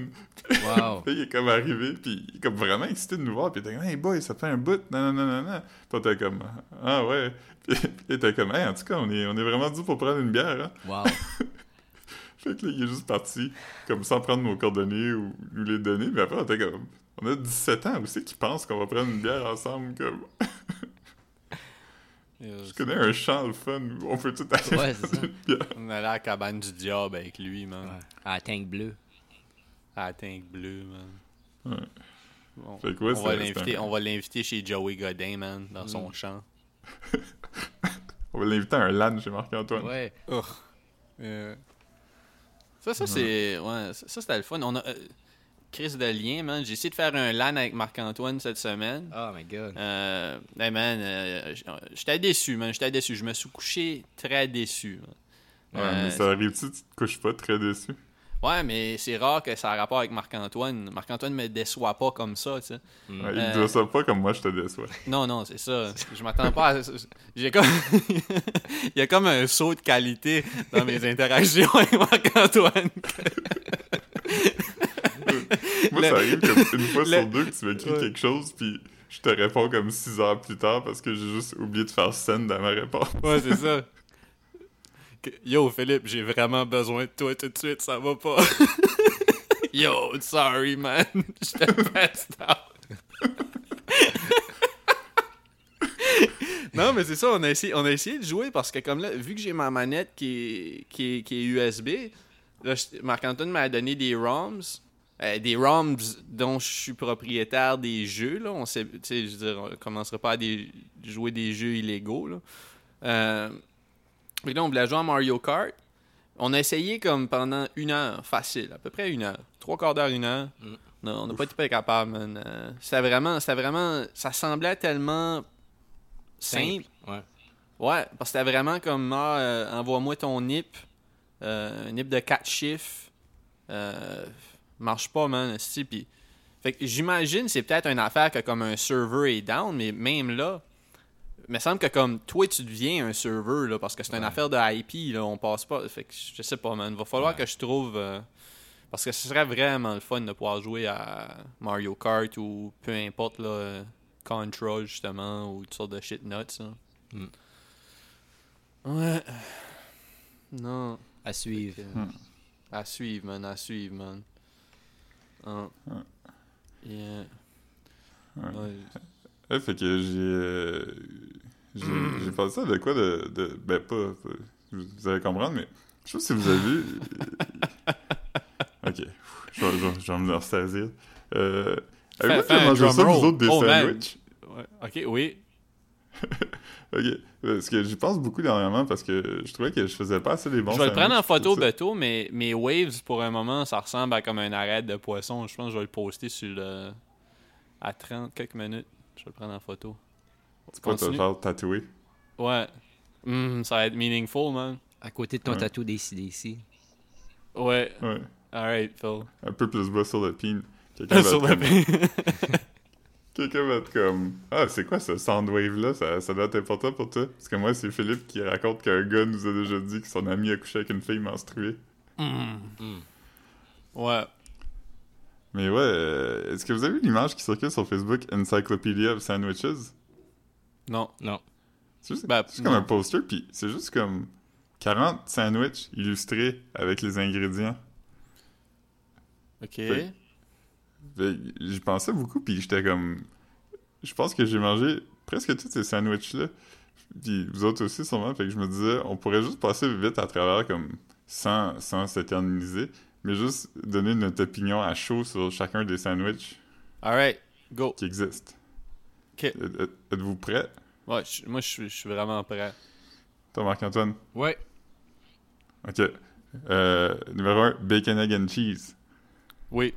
Wow. Puis il est comme arrivé, puis il est comme vraiment excité de nous voir. Puis il était comme « Hey boy, ça fait un bout! » Non, non, non, non, non. Puis on était comme « Ah ouais! » Puis il était comme « Hey, en tout cas, on est vraiment dû pour prendre une bière, hein? » Wow. Fait que là, il est juste parti, comme sans prendre nos coordonnées ou nous les donner. Mais après, on était comme... On a 17 ans aussi qui pensent qu'on va prendre une bière ensemble, comme... Je connais un chant le fun où on peut tout aller Ouais, prendre c'est ça. une bière. On allait à la cabane du diable avec lui, man. Ouais. À la tank bleue. À la tank bleue, man. Ouais. Bon, Fait que ouais, on va l'inviter chez Joey Godin, man, dans son champ. On va l'inviter à un LAN chez Marc-Antoine. Ouais. Ça, c'est... Ouais, ça, c'était le fun. On a... Chris de lien, man. J'ai essayé de faire un LAN avec Marc-Antoine cette semaine. Oh my god. Hey, man, j'étais déçu, man. J'étais déçu. Je me suis couché très déçu. Ouais, mais ça arrive-tu, tu te couches pas très déçu? Ouais, mais c'est rare que ça a rapport avec Marc-Antoine. Marc-Antoine me déçoit pas comme ça, tu sais. Ouais, il te déçoit pas comme moi, je te déçois. Non, c'est ça. Je m'attends pas à... J'ai comme... Il y a comme un saut de qualité dans mes interactions avec Marc-Antoine. Moi, ça arrive comme une fois sur deux que tu m'écris quelque chose, puis je te réponds comme 6 heures plus tard parce que j'ai juste oublié de faire send dans ma réponse. Ouais, c'est ça. Yo, Philippe, j'ai vraiment besoin de toi tout de suite, ça va pas. Yo, sorry, man. Je te passed out. Non, mais c'est ça, on a essayé de jouer parce que comme là, vu que j'ai ma manette qui est USB, là, Marc-Antoine m'a donné des ROMs. Des ROMs dont je suis propriétaire des jeux, là. On sait, tu sais, je veux dire, on commencerait pas à jouer des jeux illégaux, là. Et là, on voulait jouer à Mario Kart. On a essayé comme pendant 1 heure, facile, à peu près 1 heure. 3/4 d'heure, 1 heure. Non, on n'a pas été capable, man. C'était vraiment... Ça semblait tellement simple. Ouais. Ouais, parce que c'était vraiment comme, envoie-moi ton NIP. Un NIP de 4 chiffres. Marche pas, man. Puis, fait que j'imagine c'est peut-être une affaire que comme un serveur est down, mais même là, il me semble que comme toi, tu deviens un serveur, là, parce que c'est une affaire de IP, là, on passe pas. Fait que je sais pas, man. Va falloir que je trouve... parce que ce serait vraiment le fun de pouvoir jouer à Mario Kart ou peu importe, là, Control, justement, ou toutes sortes de shit nuts, là. Ouais. Non. À suivre. À suivre, man. À suivre, man. Yeah. Ouais, fait que j'ai pensé à de quoi de ben pas vous allez comprendre, mais je sais pas si vous avez vu ok, je vais me le ressaisir. Avez-vous fait manger ça vous autres des sandwichs? Ouais. Ok, oui. Ok, parce que j'y pense beaucoup dernièrement parce que je trouvais que je faisais pas assez des bons Je vais le prendre en sandwichs, photo, tout ça. Beto, mais mes waves, pour un moment, ça ressemble à comme un arête de poisson. Je pense que je vais le poster sur le... à 30 quelques minutes. Je vais le prendre en photo. Tu peux te faire tatouer. Ouais. Ça va être meaningful, man. À côté de ton tatou DC. Ouais. Ouais. Alright, Phil. Un peu plus bas sur le pin. Quelqu'un va être comme ah, c'est quoi ce soundwave-là? Ça doit être important pour toi? Parce que moi, c'est Philippe qui raconte qu'un gars nous a déjà dit que son ami a couché avec une fille menstruée. Ouais. Mais ouais, est-ce que vous avez vu l'image qui circule sur Facebook, Encyclopedia of Sandwiches? Non. Non. C'est comme un poster, puis c'est juste comme 40 sandwichs illustrés avec les ingrédients. OK. J'y pensais beaucoup, puis j'étais comme... Je pense que j'ai mangé presque tous ces sandwichs-là. Puis vous autres aussi, sûrement. Fait que je me disais, on pourrait juste passer vite à travers, comme sans s'éterniser, mais juste donner notre opinion à chaud sur chacun des sandwichs Alright, go. qui existent. OK. Êtes-vous prêts? Ouais, moi, je suis vraiment prêt. Toi, Marc-Antoine? Ouais. OK. Numéro 1, bacon, egg and cheese. Oui.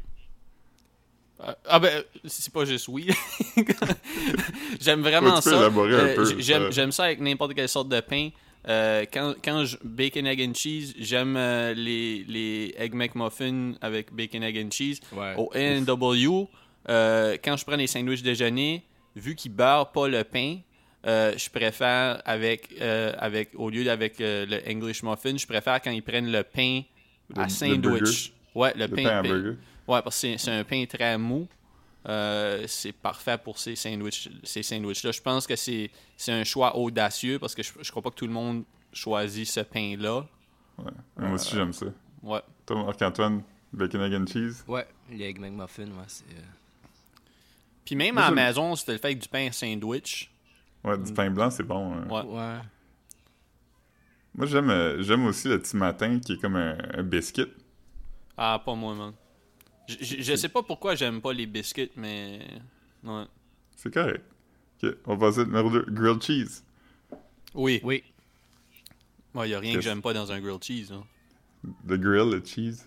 C'est pas juste oui. J'aime vraiment Ouais, tu peux ça. élaborer un peu. J'aime ça avec n'importe quelle sorte de pain. Quand je bacon, egg and cheese, j'aime les Egg McMuffin avec bacon, egg and cheese. Ouais. Au A&W, quand je prends des sandwichs déjeuner, vu qu'ils beurrent pas le pain, je préfère au lieu d'avec le English muffin, je préfère quand ils prennent le pain à Le sandwich. burger. Ouais, le pain à burger. Ouais, parce que c'est un pain très mou. C'est parfait pour ces sandwichs-là. Je pense que c'est un choix audacieux parce que je crois pas que tout le monde choisit ce pain-là. Ouais. Moi aussi, j'aime ça. Ouais. Toi, Marc-Antoine, bacon, egg and cheese. Ouais, les Egg McMuffin, ouais, c'est... Puis même Moi, à la j'aime- maison, c'était le fait avec du pain sandwich. Ouais, du pain blanc, c'est bon. Hein. Ouais. Ouais. Moi, j'aime aussi le petit matin qui est comme un biscuit. Ah, pas moi, man. Je sais pas pourquoi j'aime pas les biscuits, mais... Ouais. C'est correct. OK, on va passer au numéro 2, grilled cheese. Oui. Oui. Ouais, y a rien Yes. que j'aime pas dans un grilled cheese, hein. The grill, le cheese.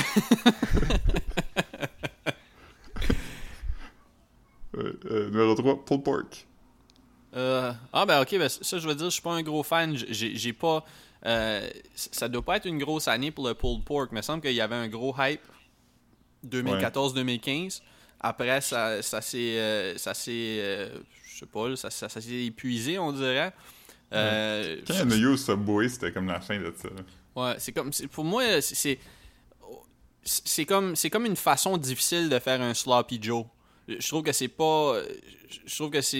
Numéro 3, pulled pork. Ok, ben ça je veux dire, je suis pas un gros fan. J'ai pas. Ça doit pas être une grosse année pour le pulled pork. Il me semble qu'il y avait un gros hype 2014-2015. Après, ça s'est. Je sais pas, ça s'est épuisé, on dirait. Quand il y en a eu au Subway, c'était comme la fin de ça. Là. Ouais, pour moi, c'est comme une façon difficile de faire un sloppy Joe. Je trouve que c'est pas. Je trouve que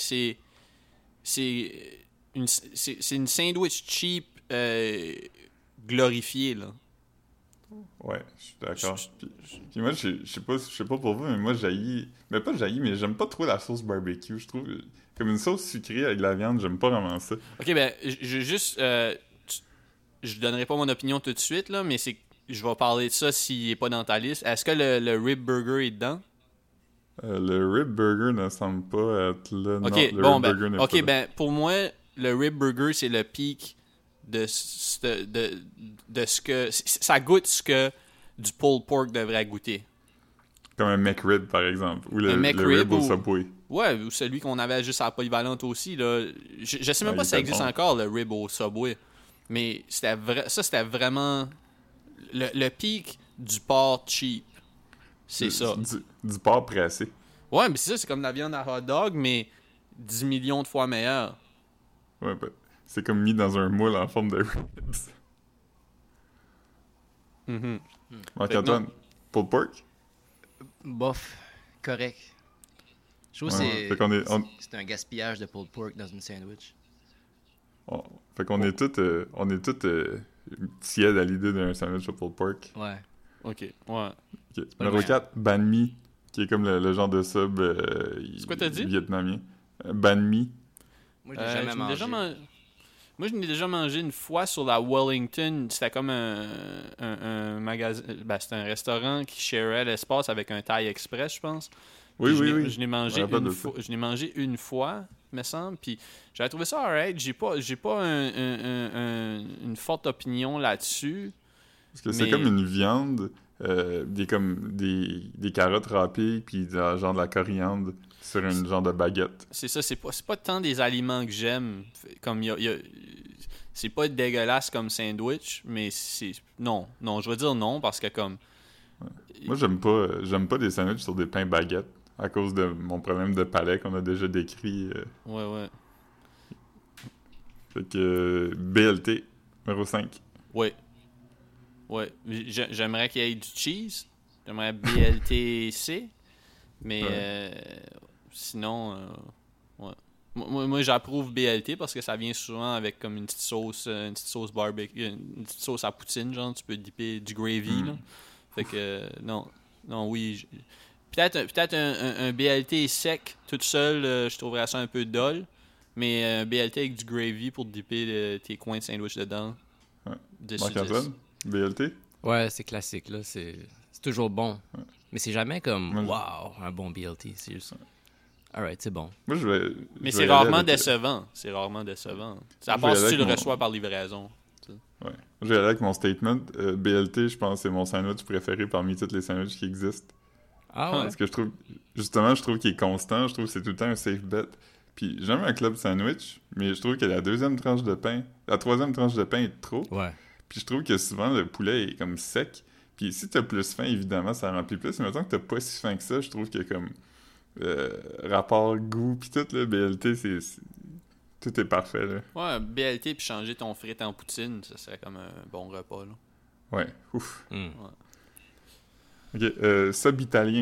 c'est une sandwich cheap glorifiée, là. Ouais, je suis d'accord. Puis moi, je sais pas pour vous, mais moi, mais pas jaillis, mais j'aime pas trop la sauce barbecue. Je trouve comme une sauce sucrée avec de la viande, j'aime pas vraiment ça. Ok, ben, je juste. Je donnerai pas mon opinion tout de suite, là, mais je vais parler de ça s'il est pas dans ta liste. Est-ce que le rib burger est dedans? Le rib burger ne semble pas être là. Ok, non, le bon, rib ben, burger n'est ok, pas là. ben, pour moi, le rib burger, c'est le pic de ce que. Ça goûte ce que du pulled pork devrait goûter. Comme un McRib, par exemple. Ou Un le McRib rib au ou- Subway. Ouais, ou celui qu'on avait juste à la polyvalente aussi, là. Je sais même Ouais, pas il si ça était existe bon. encore, le rib au Subway. Mais c'était vraiment le pic du pork cheap. C'est ça. Du porc pressé. Ouais, mais c'est ça, c'est comme la viande à hot dog, mais 10 millions de fois meilleure. Ouais, ben, c'est comme mis dans un moule en forme de ribs. Mhm. Marc-Antoine, pulled pork? Bof. Correct. Je trouve Ouais, que fait qu'on est- on- c'est un gaspillage de pulled pork dans une sandwich. Fait qu'on est tous tièdes à l'idée d'un sandwich au pulled pork. Ouais. Ok, ouais. Ok. pas Numéro le 4, banh mi, qui est comme le genre de sub C'est quoi t'as dit? vietnamien. Banh mi. Moi, je l'ai jamais Je n'ai mangé. déjà Moi, je n'ai déjà mangé une fois sur la Wellington. C'était comme un magasin. Ben, c'était un restaurant qui sharait l'espace avec un Thai Express, je pense. Oui, Puis oui, je l'ai- oui. Je l'ai mangé me rappelle une de fois. ça. Je l'ai mangé une fois, me semble. Puis j'avais trouvé ça alright. J'ai pas une forte opinion là-dessus. Parce que c'est mais- comme une viande, des carottes râpées, puis genre de la coriandre sur une genre de baguette. C'est ça, c'est pas tant des aliments que j'aime. Comme c'est pas dégueulasse comme sandwich, mais c'est. Non, je veux dire non, parce que comme. Moi, j'aime pas des sandwichs sur des pains baguettes à cause de mon problème de palais qu'on a déjà décrit. Ouais. Fait que BLT, numéro 5. Ouais. J'aimerais qu'il y ait du cheese. J'aimerais BLTC. Mais Ouais. sinon, ouais. Moi, j'approuve BLT parce que ça vient souvent avec comme une petite sauce barbecue, une petite sauce à poutine, genre, tu peux dipper du gravy, là. Fait que, non, oui. Peut-être un BLT sec, tout seul, je trouverais ça un peu dole, mais un BLT avec du gravy pour dipper tes coins de sandwich dedans. Ouais. 10 sur 10. Marc-Antoine, BLT? Ouais, c'est classique, là. C'est toujours bon. Ouais. Mais c'est jamais comme, Moi, wow, un bon BLT. C'est juste, alright, c'est bon. Moi, Mais je c'est vais y aller rarement avec, décevant. C'est rarement décevant. À Je part vais si aller tu le avec mon- reçois par livraison. Ouais. Je vais y aller avec mon statement. BLT, je pense que c'est mon sandwich préféré parmi tous les sandwichs qui existent. Ah ouais? Parce que je trouve qu'il est constant. Je trouve que c'est tout le temps un safe bet. Puis j'aime un club sandwich, mais je trouve que la troisième tranche de pain est trop. Ouais. Puis je trouve que souvent le poulet est comme sec. Puis si t'as plus faim, évidemment, ça remplit plus. Mais mettons que t'as pas si faim que ça, je trouve que comme rapport goût puis tout, là, BLT, tout est parfait, là. Ouais, BLT puis changer ton frite en poutine, ça serait comme un bon repas, là. Ouais, ouf. Mm. Ok, sub italien.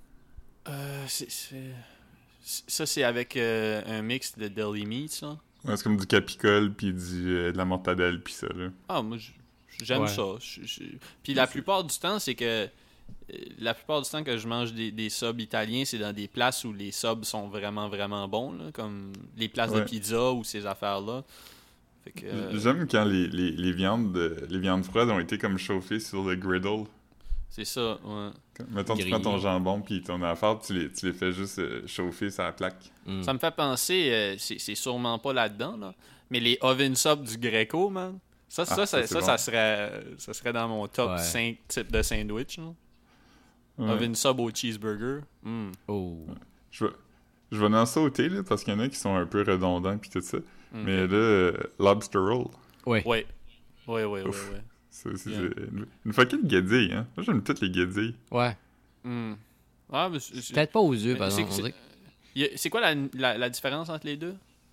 Ça, c'est avec un mix de deli meats, là. Ouais, c'est comme du capicole puis de la mortadelle puis ça, là. Ah, moi, j'aime Ouais. ça. Puis la plupart du temps, c'est que la plupart du temps que je mange des subs italiens, c'est dans des places où les subs sont vraiment, vraiment bons, là, comme les places de Ouais. pizza ou ces affaires-là. Fait que, J'aime quand les viandes froides ont été comme chauffées sur le griddle. c'est ça, ouais. Mettons, tu prends Grillé. ton jambon puis ton affaire, tu les fais juste chauffer sur la plaque. Mm. Ça me fait penser, c'est sûrement pas là-dedans, là, mais les oven subs du Greco, man. Ça, Ah, ça, c'est bon. ça serait dans mon top Ouais. 5 types de sandwich. Là. Ouais. Oven sub au cheeseburger. Mm. Oh. Je vais en sauter, là, parce qu'il y en a qui sont un peu redondants puis tout ça. Mais là, lobster roll, Ouais. Ouais. Ouais. Ouf. c'est Yeah. une fucking guédille, hein. Moi, j'aime toutes les guédilles. Ouais. Mm. Ah, mais Peut-être pas aux yeux, par c'est- exemple. on dirait. c'est quoi la différence entre les deux?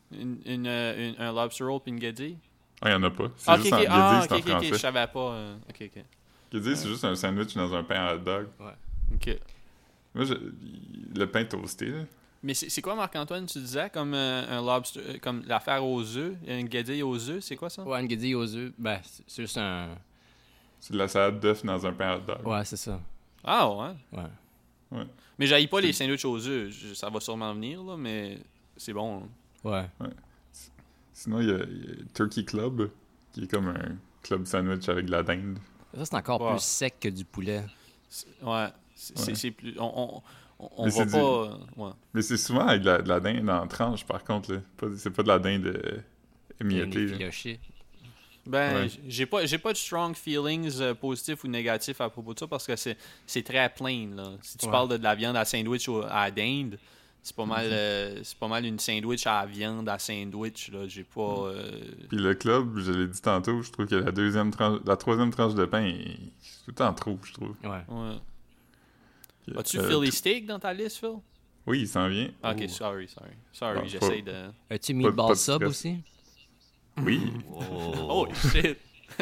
Un lobster roll et une guédille? Ah, il y en a pas. C'est Ah, juste ok, en ok, guédille, c'est en ok, je français. savais pas. Ok. Guédille, c'est juste un sandwich dans un pain à hot dog. Ok. Moi, le pain toasté, là. Mais c'est quoi, Marc-Antoine, tu disais, comme un lobster, comme l'affaire aux œufs, une guédille aux œufs, c'est quoi ça? Ouais, une guédille aux œufs, ben, c'est juste un. C'est de la salade d'œuf dans un pain à hot dog. Ouais, c'est ça. Ah ouais. Ouais. Mais j'haïs pas les sandwichs aux œufs, ça va sûrement venir, là, mais c'est bon. Là. Ouais. Sinon, il y a Turkey Club, qui est comme un club sandwich avec de la dinde. Ça, c'est encore Ouais. plus sec que du poulet. Ouais, c'est plus... On Mais va c'est pas... ouais. Mais c'est souvent avec de la dinde en tranche, par contre, là. C'est pas de la dinde émiettée, là. Filoché. Ben, Ouais. j'ai pas de strong feelings positifs ou négatifs à propos de ça parce que c'est très plain, là. Si tu Ouais. parles de la viande à sandwich à dinde, c'est pas mal une sandwich à la viande à sandwich, là. J'ai pas... Puis le club, je l'ai dit tantôt, je trouve que la troisième tranche de pain est tout le temps trop, je trouve. Ouais. ouais. Ok, As-tu Philly Steak dans ta liste, Phil? Oui, il s'en vient. Ok, Ouh. sorry, Ah, j'essaie de... As-tu Pas meatball de sub stress. aussi? Oui. Oh shit!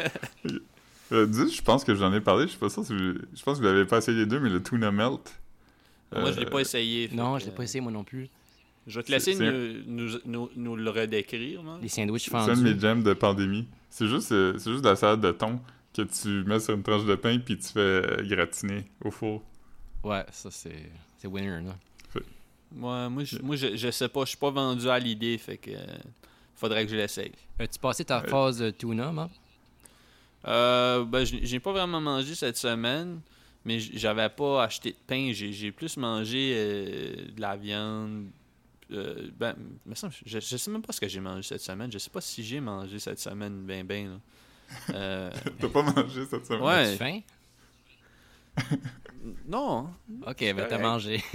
10, je pense que j'en ai parlé, je suis pas sûr si je pense que vous l'avez pas essayé les deux, mais le tuna melt. Moi, je l'ai pas essayé. fait Non, que, je l'ai pas essayé moi non plus. Je vais te laisser C'est- nous le redécrire, man. Les sandwichs C'est un de mes fendus. jams de pandémie. C'est juste de la salade de thon que tu mets sur une tranche de pain puis tu fais gratiner au four. Ouais, ça c'est winner, là. Moi, je sais pas, je suis pas vendu à l'idée, fait que faudrait que je l'essaye. As-tu passé ta phase tuna, Marc? Ben, j'ai pas vraiment mangé cette semaine, mais j'avais pas acheté de pain. J'ai plus mangé de la viande. Ben, me semble, je sais même pas ce que j'ai mangé cette semaine. Je sais pas si j'ai mangé cette semaine, ben. Là. T'as pas mangé cette semaine? Ouais. As-tu faim? Non. Ok, ben t'as correct. mangé.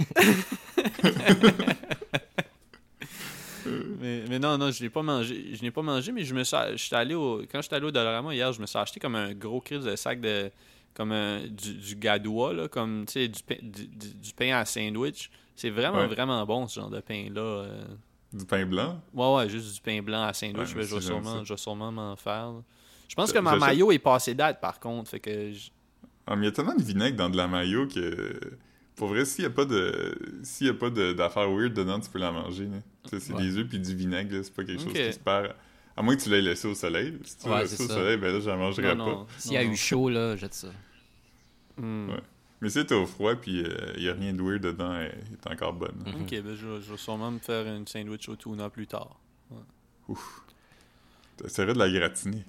Mais non, je n'ai pas mangé. Je n'ai pas mangé, mais quand j'étais allé au Dollarama hier, je me suis acheté comme un gros crise de sac de du gadois, là, comme tu sais, du pain à sandwich. C'est vraiment, Ouais. vraiment bon ce genre de pain-là. Du pain blanc? Ouais, juste du pain blanc à sandwich. Ouais, Ben, moi je vais aussi, j'aime ça. sûrement m'en faire. Là. Je pense que ma J'achète- mayo est passée date par contre. Fait que Ah, mais il y a tellement de vinaigre dans de la mayo que pour vrai, s'il y a pas d'affaires weird dedans, tu peux la manger. Là. Tu sais, c'est des œufs puis du vinaigre, là, c'est pas quelque chose qui se perd. À moins que tu l'aies laissé au soleil. Si tu l'as laissé au soleil, ben là, je la mangerai pas. S'il y a eu chaud, là, jette ça. Ouais. Mais si t'es au froid puis il y a rien de weird dedans, elle est encore bonne. Ok, ben je vais sûrement me faire une sandwich au tuna plus tard. Ouais. Ouf. T'essaierais de la gratiner.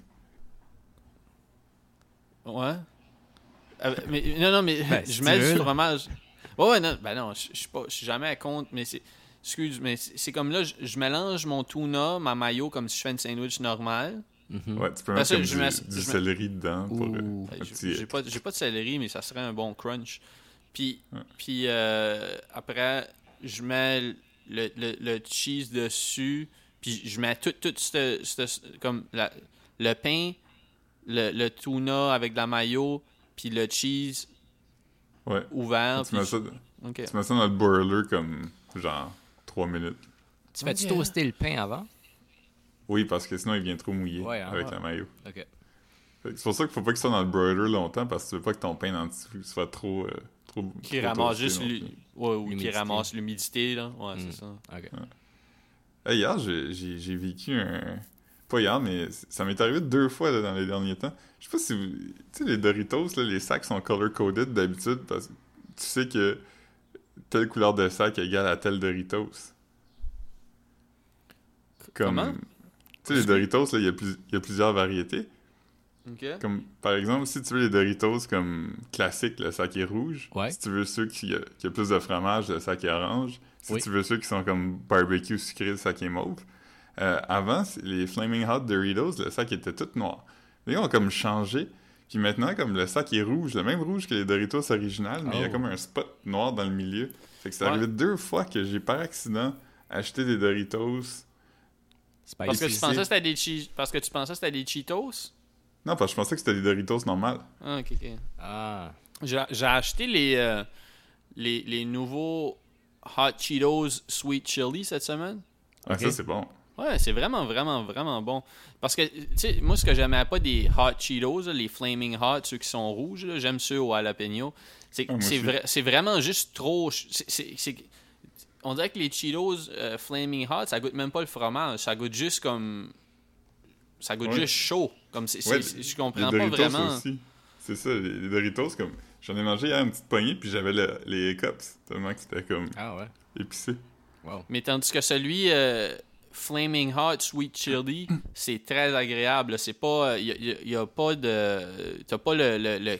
Ouais. Mais non, mais je mets du fromage. Ouais, non, ben non, je suis jamais à compte, mais excuse, mais c'est comme là, je mélange mon tuna, ma mayo comme si je fais une sandwich normale. Ouais, tu peux mettre du céleri dedans pour j'ai pas de céleri, mais ça serait un bon crunch. Puis après, je mets le cheese dessus, puis je mets tout comme le pain, le tuna avec de la mayo, puis le cheese ouvert. Tu mets ça dans le broiler comme genre 3 minutes. Tu fais-tu toaster le pain avant? Oui, parce que sinon il vient trop mouillé avec la mayo. Ok. C'est pour ça qu'il faut pas qu'il soit dans le broiler longtemps, parce que tu veux pas que ton pain en dessous soit trop qui ramasse juste qui ramasse l'humidité, là. Ouais, c'est ça. Ok. Ouais. Hier, j'ai vécu pas hier, mais ça m'est arrivé 2 fois là, dans les derniers temps. Je sais pas si vous... Tu sais, les Doritos, là, les sacs sont color-coded d'habitude, parce que tu sais que telle couleur de sac égale à telle Doritos. Comment? Tu sais, les Doritos, là, il y a plusieurs variétés. Okay. Comme, par exemple, si tu veux les Doritos comme classiques, le sac est rouge. Ouais. Si tu veux ceux qui a plus de fromage, le sac est orange. Si tu veux ceux qui sont comme barbecue sucré, le sac est mauve. Avant, les Flaming Hot Doritos, le sac était tout noir. Ils ont comme changé. Puis maintenant, comme le sac est rouge, le même rouge que les Doritos originales, mais il y a comme un spot noir dans le milieu. Fait que c'est arrivé 2 fois que j'ai par accident acheté des Doritos. Parce que tu pensais que c'était des Cheetos? Non, parce que je pensais que c'était des Doritos normales. Ah, ok. Ah. J'ai acheté les nouveaux Hot Cheetos Sweet Chili cette semaine. Ah, ça, c'est bon. Ouais, c'est vraiment, vraiment, vraiment bon. Parce que, tu sais, moi, ce que j'aimais pas des Hot Cheetos, là, les Flaming Hot, ceux qui sont rouges, là, j'aime ceux au jalapeno. C'est vraiment juste trop... on dirait que les Cheetos Flaming Hot, ça goûte même pas le fromage. Ça goûte juste comme... Ça goûte juste chaud. Comme je comprends pas vraiment. Aussi. C'est ça, les Doritos, comme... J'en ai mangé hier une petite poignée, puis j'avais les hiccups, tellement que c'était comme... épicé. Wow. Mais tandis que celui Flaming Hot Sweet Chili, c'est très agréable. C'est pas... y a pas de... T'as pas le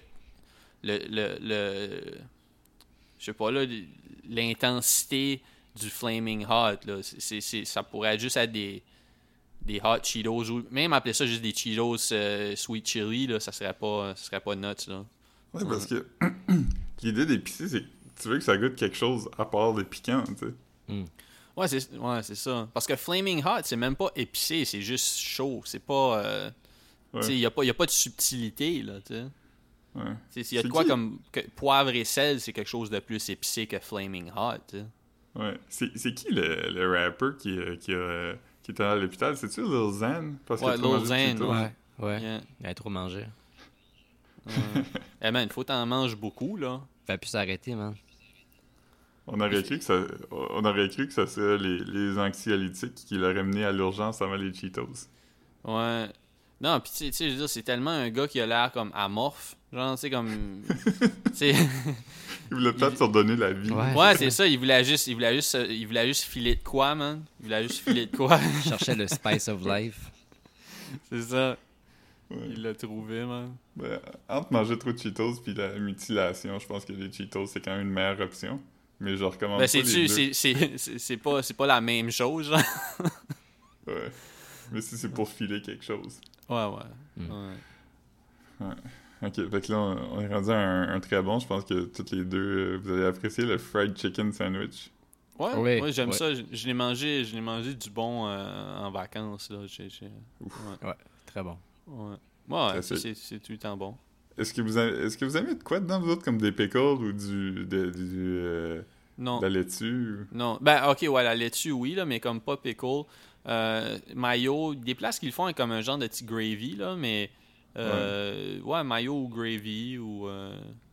je sais pas, là, l'intensité du Flaming Hot, là. Ça pourrait juste être des Hot Cheetos, ou même appeler ça juste des Cheetos Sweet Chili, là, ça serait pas nuts, là. Ouais, parce que l'idée d'épicé, c'est que tu veux que ça goûte quelque chose à part des piquants, tu sais. Ouais, c'est ça. Parce que Flaming Hot, c'est même pas épicé, c'est juste chaud. C'est pas... tu sais, y a pas de subtilité, là, tu sais. Ouais. Il y a de quoi comme poivre et sel, c'est quelque chose de plus épicé que Flaming Hot, tu sais. Ouais. C'est qui le rapper qui était à l'hôpital? C'est-tu Lil Xan? Lil Xan, ouais. Yeah. Il a trop mangé. Eh man, il faut t'en manger beaucoup, là. Fait plus s'arrêter, man. On aurait cru que ça serait les anxiolytiques qui l'auraient mené à l'urgence avant les Cheetos. Ouais. Non, pis tu sais, je veux dire, c'est tellement un gars qui a l'air comme amorphe. Genre, tu sais, comme... il voulait peut-être se redonner la vie. Ouais, c'est ça. Il voulait juste filer de quoi, man? Il voulait juste filer de quoi? Il cherchait le spice of life. C'est ça. Ouais. Il l'a trouvé, man. Ben, entre manger trop de Cheetos puis la mutilation, je pense que les Cheetos, c'est quand même une meilleure option. Mais je recommande pas les deux. C'est pas la même chose, genre. Ouais. Mais si c'est pour filer quelque chose. Ouais. Ok, fait que là, on est rendu à un très bon. Je pense que toutes les deux, vous allez apprécier le fried chicken sandwich. Ouais, j'aime ça. Je l'ai mangé du bon en vacances, là. Ouais, très bon. Ouais, c'est tout le temps bon. Est-ce que vous aimez de quoi dedans, vous autres, comme des pickles ou non. de la laitue? Non. Ben, ok, ouais, la laitue, oui, là, mais comme pas pickle. Mayo, des places qu'ils font comme un genre de petit gravy, là, mais... mayo ou gravy ou...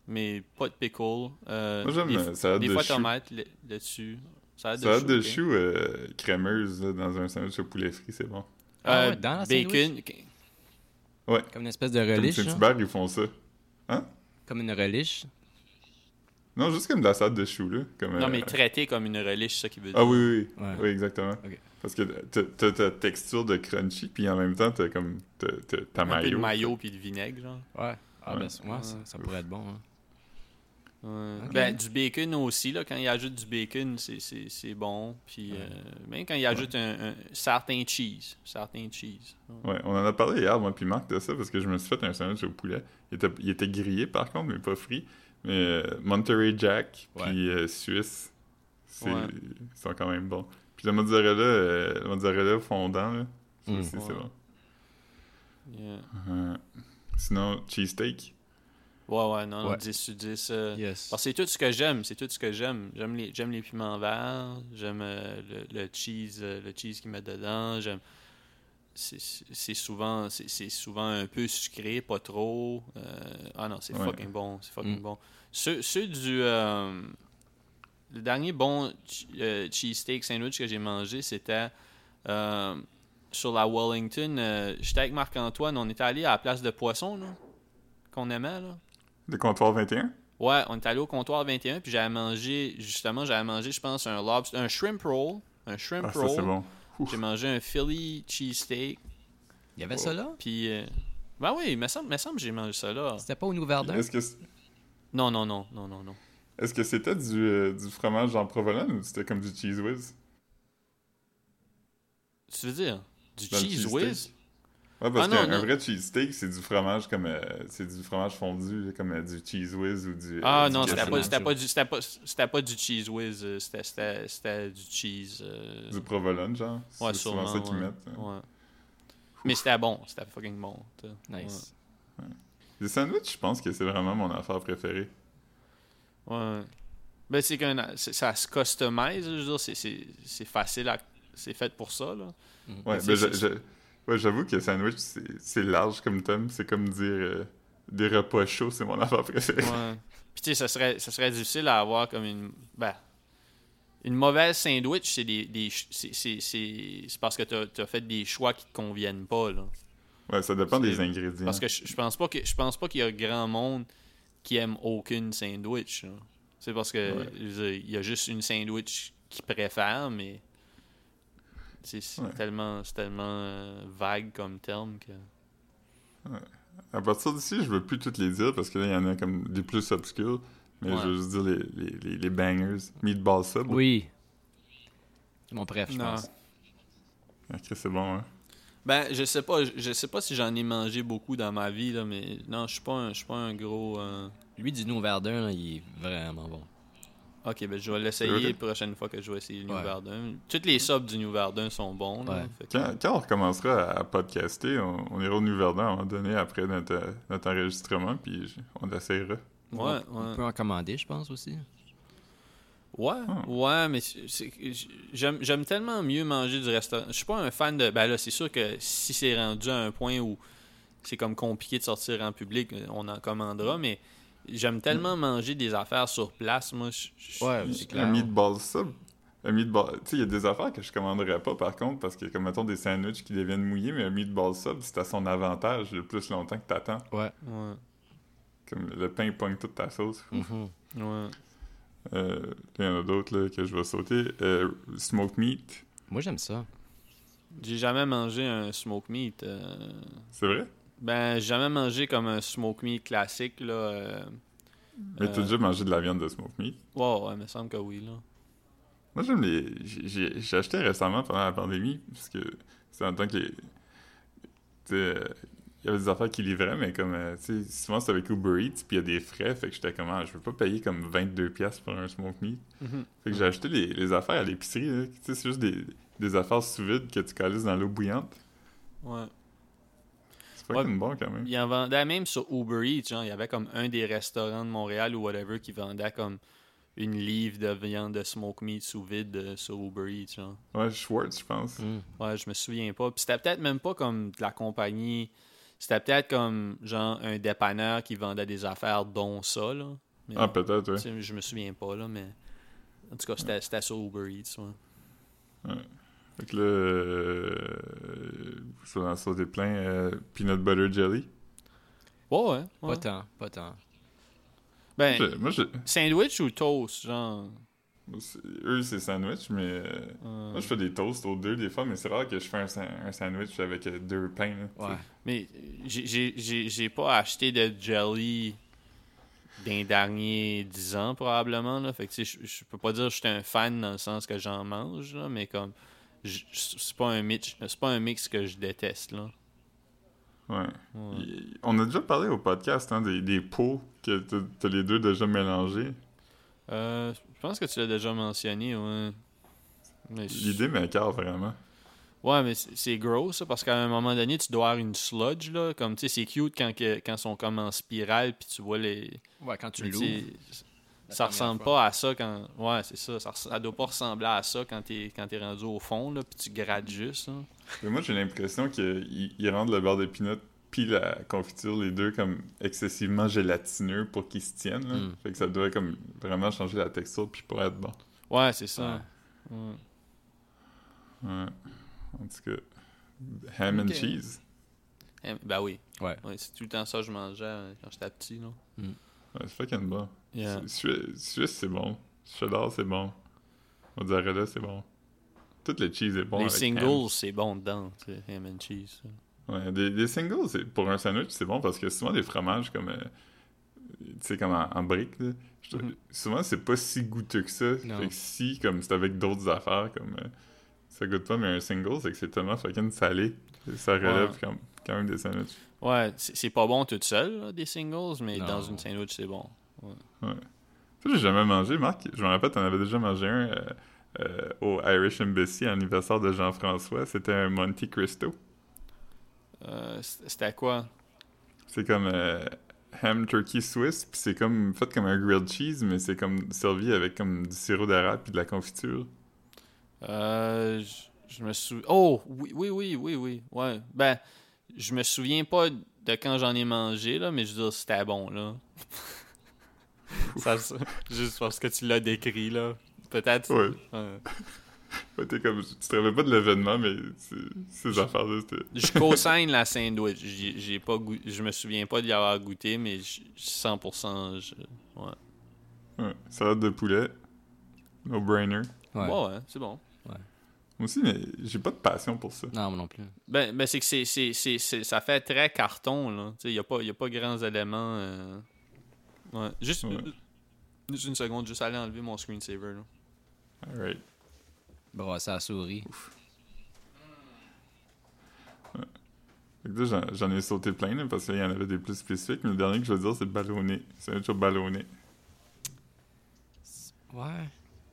mais pas de pickle. Moi, j'aime la salade des de fois choux. tomates là-dessus. Salade de ok. choux crémeuse là, dans un sandwich au poulet frit, c'est bon. Ah ouais, dans la bacon. Ouais. Comme une espèce de Comme relish, genre? Saint-Hubert, ils font ça. Hein? Comme une relish. Non, juste comme de la salade de choux, là. Comme, Non, mais traité comme une relish, c'est ça qui veut dire. Ah oui, oui, oui. Ouais. Oui, exactement. Ok. Parce que t'as ta texture de crunchy, puis en même temps, t'as comme ta Un peu de mayo. mayo puis de vinaigre, genre. Ouais. Ah, Ouais. ben, ça pourrait être bon, hein. Ouais. Ok. Ben, du bacon aussi, là, quand il ajoute du bacon, c'est bon. Puis, même quand il ajoute un certain cheese. Ouais, on en a parlé hier, moi puis Marc, de ça, parce que je me suis fait un sandwich au poulet. Il était grillé, par contre, mais pas frit. Mais Monterey Jack, puis Suisse, Ouais. ils sont quand même bons. Puis le mozzarella fondant, là, ça aussi, c'est Ouais. bon. Yeah. Sinon, cheesesteak. Ouais, non, Ouais. 10 sur 10. Yes. Parce que c'est tout ce que j'aime. J'aime les piments verts. J'aime le cheese qu'ils mettent dedans. C'est souvent un peu sucré, pas trop. Non, c'est Ouais. fucking bon. C'est fucking bon. Ceux du... le dernier bon cheesesteak sandwich que j'ai mangé, c'était sur la Wellington. J'étais avec Marc-Antoine. On était allé à la place de poisson, là, qu'on aimait, là. Le comptoir 21. Ouais, on est allé au comptoir 21, puis j'avais mangé, je pense, un shrimp roll. Un shrimp Ah, ça, roll. c'est bon. J'ai mangé un Philly cheesesteak. Il y avait ça là? Puis, ben oui, il me semble que j'ai mangé ça là. C'était pas au Nouveau-Verdun? Est-ce que Non. est-ce que c'était du fromage en provolone ou c'était comme du cheese whiz? Tu veux dire, du Dans le cheese cheesesteak? whiz? Ouais, parce Ah, non, qu'un non. vrai cheesesteak, c'est du fromage comme c'est du fromage fondu, là, comme du cheese whiz ou du Ah du non, ketchup. c'était pas du cheese whiz, c'était du cheese. Du provolone, genre. Ouais, C'est souvent sûrement, ça qu'ils ouais. mettent. Hein. Ouais. Mais c'était bon, c'était fucking bon. Nice. Les sandwichs, je pense que c'est vraiment mon affaire préférée. Ouais. Ben, ça se customise, je veux dire, c'est facile c'est fait pour ça, là. Ouais, Mais ben, c'est- ouais, j'avoue que sandwich, c'est large comme thème. C'est comme dire des repas chauds, c'est mon affaire préférée. Ouais. Puis tu sais, ça serait difficile à avoir comme une mauvaise sandwich, c'est parce que t'as fait des choix qui te conviennent pas, là. Ouais, ça dépend des C'est- ingrédients. Parce que je pense pas qu'il y a grand monde qui aime aucune sandwich, là. C'est parce que Ouais. je veux dire, il y a juste une sandwich qu'ils préfèrent, mais c'est Ouais. c'est tellement vague comme terme que... À partir d'ici, je veux plus toutes les dire parce que là, il y en a comme des plus obscurs. Mais Ouais. je veux juste dire les bangers. Meatball sub. Oui. C'est mon préf, je Non. pense. Ok, c'est bon, hein. Ben, je sais pas si j'en ai mangé beaucoup dans ma vie, là, mais non, je suis pas un gros... Lui, du Nouveau-Verdun, là, il est vraiment bon. Ok, ben je vais C'est l'essayer vrai? la prochaine fois que je vais essayer le New Ouais. Verdun. Toutes les subs du New Verdun sont bons, là. Ouais. Fait que- Quand on recommencera à podcaster, on ira au New-Verdun à un moment donné après notre enregistrement, puis on l'essayera. Ouais, On ouais. peut en commander, je pense, aussi. Ouais, mais j'aime tellement mieux manger du restaurant. Je suis pas un fan de... Ben là, c'est sûr que si c'est rendu à un point où c'est comme compliqué de sortir en public, on en commandera, mais j'aime tellement manger des affaires sur place, moi. Ouais, c'est clair. Un meatball sub. Un meatball... Tu sais, il y a des affaires que je commanderais pas, par contre, parce que, comme mettons, des sandwichs qui deviennent mouillés, mais un meatball sub, c'est à son avantage le plus longtemps que t'attends. Ouais. Ouais, Comme le pain pogne toute ta sauce. Mhm. ouais. Il y en a d'autres là, que je vais sauter. Smoked meat, Moi, j'aime ça. J'ai jamais mangé un smoke meat. c'est vrai? Ben, j'ai jamais mangé comme un smoke meat classique, là. Mais t'as déjà mangé de la viande de smoked meat? Ouais, il me semble que oui, là. Moi, j'aime les... J'ai acheté récemment pendant la pandémie, parce que c'est en temps que les... Tu sais, il y avait des affaires qui livraient, mais comme, tu sais, souvent c'est avec Uber Eats, puis il y a des frais, fait que j'étais comme, je veux pas payer comme 22$ pour un smoked meat. Fait que j'ai acheté les affaires à l'épicerie, là. Tu sais, c'est juste des affaires sous vide que tu calisses dans l'eau bouillante. Ouais. C'est pas comme bon, quand même. Il en vendait même sur Uber Eats, genre, il y avait comme un des restaurants de Montréal ou whatever qui vendait comme une livre de viande de smoke meat sous vide sur Uber Eats, genre. Ouais, Schwartz, je pense. Mm. Ouais, je me souviens pas. Puis c'était peut-être même pas comme de la compagnie C'était peut-être comme, genre, un dépanneur qui vendait des affaires, dont ça, là. Mais, Ah, peut-être, tu sais, je me souviens pas, là, mais... En tout cas, c'était sur Uber Eats, ouais. Ouais. Fait que là, je vais en sauter plein. Peanut Butter Jelly. Ouais. Pas tant. Ben, Moi, sandwich ou toast, genre... eux, c'est sandwich, mais moi, je fais des toasts aux deux des fois, mais c'est rare que je fais un sandwich avec deux pains. Là, Ouais. Mais j'ai pas acheté de jelly dans les derniers 10 ans, probablement, là. Fait que, tu sais, je peux pas dire que je suis un fan dans le sens que j'en mange, là, mais comme... C'est pas un mix que je déteste, là. Ouais. On a déjà parlé au podcast hein, des pots que t'as les deux déjà mélangés. Je pense que tu l'as déjà mentionné, ouais. Mais L'idée m'écarte vraiment. ouais, mais c'est gros, ça, parce qu'à un moment donné, tu dois avoir une sludge, là. Comme, tu sais, c'est cute quand ils sont comme en spirale, puis tu vois les... Ouais, quand tu mais l'ouvres. ça ressemble pas à ça quand... Ouais, c'est ça. Ça doit pas ressembler à ça quand t'es rendu au fond, là, puis tu grattes juste, là. Mais moi, j'ai l'impression qu'ils rendent le beurre de peanut puis la confiture, les deux, comme excessivement gélatineux pour qu'ils se tiennent. Là. Fait que ça doit comme vraiment changer la texture puis pour être bon. Ouais, c'est ça. Ouais. En tout cas, ham and cheese. Ben oui. Ouais. C'est tout le temps ça que je mangeais quand j'étais petit, là. Ouais, c'est fucking bon. Yeah. Suisse, c'est bon. Cheddar, c'est bon. Mozzarella, c'est bon. Tout le cheese est bon. Les avec singles, ham. c'est bon dedans, tu sais, ham and cheese. Ça. Ouais, des singles, pour un sandwich, c'est bon parce que souvent des fromages comme tu sais, comme en briques, là, souvent c'est pas si goûteux que ça. Non. Fait que si, comme c'est avec d'autres affaires, comme ça goûte pas, mais un single, c'est que c'est tellement fucking salé. Ça relève quand même des sandwichs. Ouais, c'est pas bon tout seul, là, des singles, mais Non. dans une sandwich, c'est bon. Ouais. Ça, j'ai jamais mangé, Marc. Je me rappelle, t'en avais déjà mangé un au Irish Embassy à l'anniversaire de Jean-François. C'était un Monte Cristo. C'était quoi? C'est comme ham turkey swiss, puis c'est comme fait comme un grilled cheese, mais c'est comme servi avec comme du sirop d'érable puis de la confiture. Je me souviens... Oh! Oui. Ouais. Ben, je me souviens pas de quand j'en ai mangé, là, mais je veux dire, c'était bon, là. Juste parce que tu l'as décrit, là. Peut-être... Ouais. Ouais. Ouais, t'es comme, tu te rappelles pas de l'événement, mais ces affaires-là, c'était... Je co-signe la sandwich. J'ai pas je me souviens pas d'y avoir goûté, mais 100%... Ouais. Ouais. Salade de poulet. No-brainer. Ouais. Ouais, c'est bon. Moi aussi, mais j'ai pas de passion pour ça. Non, moi non plus. Ben c'est que ça fait très carton, là. Tu sais, y a pas grands éléments... Ouais. Juste une seconde, juste aller enlever mon screensaver, là. Alright. Brasser à la souris. Fait que là, j'en ai sauté plein, là, parce qu'il y en avait des plus spécifiques, mais le dernier que je veux dire, c'est le ballonné. C'est un chose ballonné. Ouais.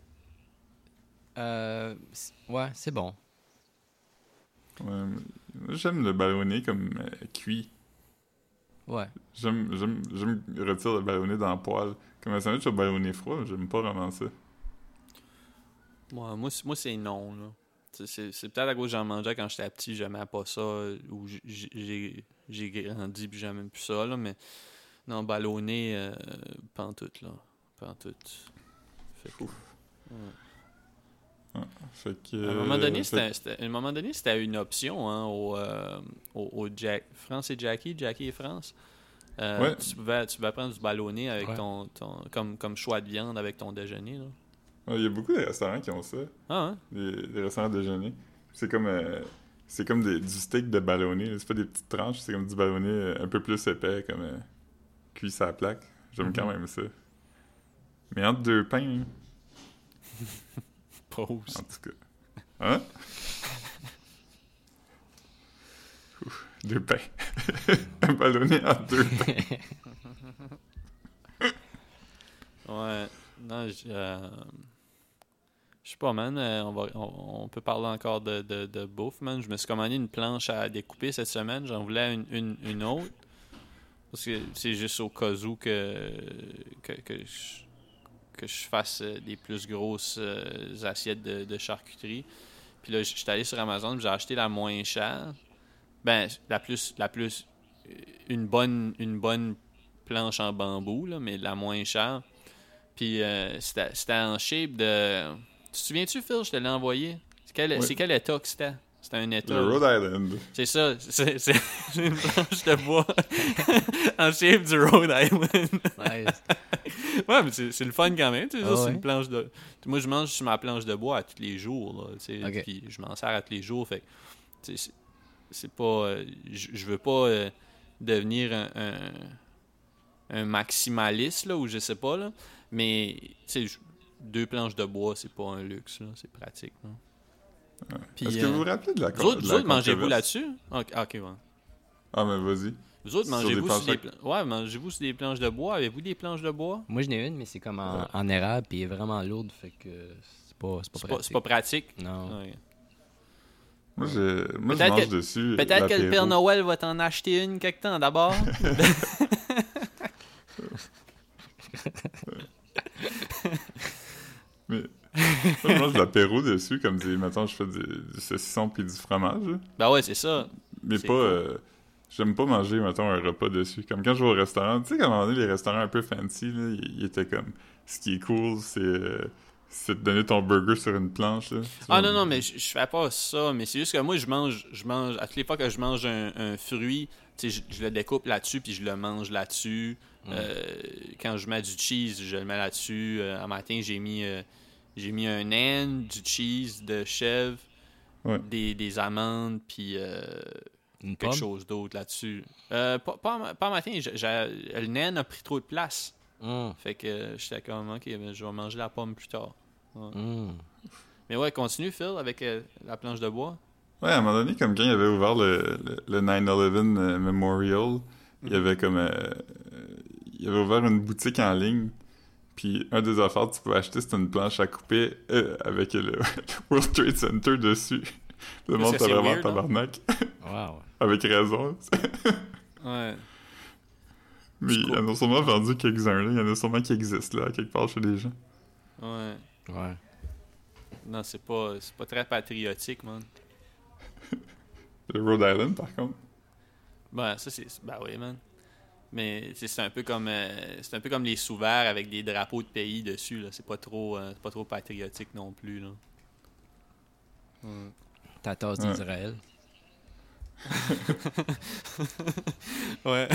Ouais, c'est bon. Ouais, moi, j'aime le ballonné comme cuit. Ouais. J'aime retirer le ballonné dans le poêle. Comme un sandwich au ballonné froid, j'aime pas vraiment ça. Ouais, moi c'est non, là. C'est peut-être à cause que j'en mangeais quand j'étais petit, j'aimais pas ça, ou j'ai grandi puis j'aimais plus ça, là, mais non, ballonné, pantoute, là. Pantoute. Fait que... Ouais. Fait que, À un moment donné, c'était une option hein, au France et Jackie et France. Ouais. Tu pouvais prendre du ballonné avec ton comme choix de viande avec ton déjeuner. Là. Il y a beaucoup de restaurants qui ont ça. Ah, hein? Des restaurants de déjeuner. C'est comme du steak de ballonné. Là. C'est pas des petites tranches, c'est comme du ballonné un peu plus épais, comme cuit sur la plaque. J'aime quand même ça. Mais entre deux pains, hein. Pause. En tout cas. Hein? Ouf, deux pains. Un ballonné entre deux pains. Ouais. Non, je sais pas, man. On peut parler encore de bouffe, man. Je me suis commandé une planche à découper cette semaine. J'en voulais une autre. Parce que c'est juste au cas où que je fasse des plus grosses assiettes de charcuterie. Puis là, j'étais allé sur Amazon, j'ai acheté la moins chère. Ben, la plus une bonne planche en bambou, là, mais la moins chère. Puis c'était en shape de... Tu te souviens-tu, Phil? Je te l'ai envoyé. C'est quel état que c'était? C'était un état. Le Rhode Island. C'est ça. C'est une planche de bois en shape du Rhode Island. Nice. Ouais, mais c'est le fun quand même. Tu sais, ça, c'est ouais? une planche de... Moi, je mange sur ma planche de bois à tous les jours. Là, tu sais, Ok. puis je m'en sers à tous les jours. Fait que, tu sais, c'est pas... je veux pas devenir un maximaliste, là, ou je sais pas, là. Mais, tu sais, 2 planches de bois, c'est pas un luxe, là. C'est pratique, là. Puis, Est-ce que vous vous rappelez de la vous autres, mangez-vous controverse? là-dessus? Ok, ouais. Ah, mais vas-y. Vous autres, Sur mangez-vous des sur des... planches Ouais, mangez-vous sur des planches de bois? Avez-vous des planches de bois? Moi, j'en ai une, mais c'est comme en érable, puis elle est vraiment lourde, fait que c'est pas pratique. C'est pas pratique? Non. Ouais. Moi, je Peut-être mange que- dessus. Peut-être que le Père l'apéro. Noël va t'en acheter une quelque temps d'abord. Mais moi, je mange de l'apéro dessus, comme mettons, je fais du saucisson puis du fromage. Là. Ben ouais, c'est ça. Mais C'est pas. cool. J'aime pas manger, mettons, un repas dessus. Comme quand je vais au restaurant, tu sais, à un moment donné, les restaurants un peu fancy, là, ils étaient comme. Ce qui est cool, c'est de donner ton burger sur une planche. Là. Ah non, mais je fais pas ça. Mais c'est juste que moi, je mange à toutes les fois que je mange un fruit, tu sais, je le découpe là-dessus, puis je le mange là-dessus. Quand je mets du cheese, je le mets là-dessus. Un matin, j'ai mis un naine, du cheese, de chèvre, Ouais. des amandes, puis Une quelque pomme? chose d'autre là-dessus. Pas un matin, le naine a pris trop de place. Fait que j'étais comme, ok, ben, je vais manger la pomme plus tard. Ouais. Mais ouais, continue, Phil, avec la planche de bois. Ouais, à un moment donné, comme quand il avait ouvert le 9/11 Memorial, il y avait comme. Il avait ouvert une boutique en ligne. Puis un des affaires que tu pouvais acheter, c'était une planche à couper avec le World Trade Center dessus. Le monde Ça, était c'est vraiment weird, hein? tabarnak. Wow. Avec raison. Ouais. Mais il y en a sûrement vendu quelques-uns, là. Il y en a sûrement qui existent, là, quelque part chez les gens. Ouais. Ouais. Non, c'est pas très patriotique, man. Le Rhode Island, par contre. Ben, ça, c'est. Ben oui, man. Mais c'est un peu comme les sous-verts avec des drapeaux de pays dessus, là. C'est pas trop patriotique non plus, là. Ouais. Ta tasse Ouais. d'Israël. Ouais.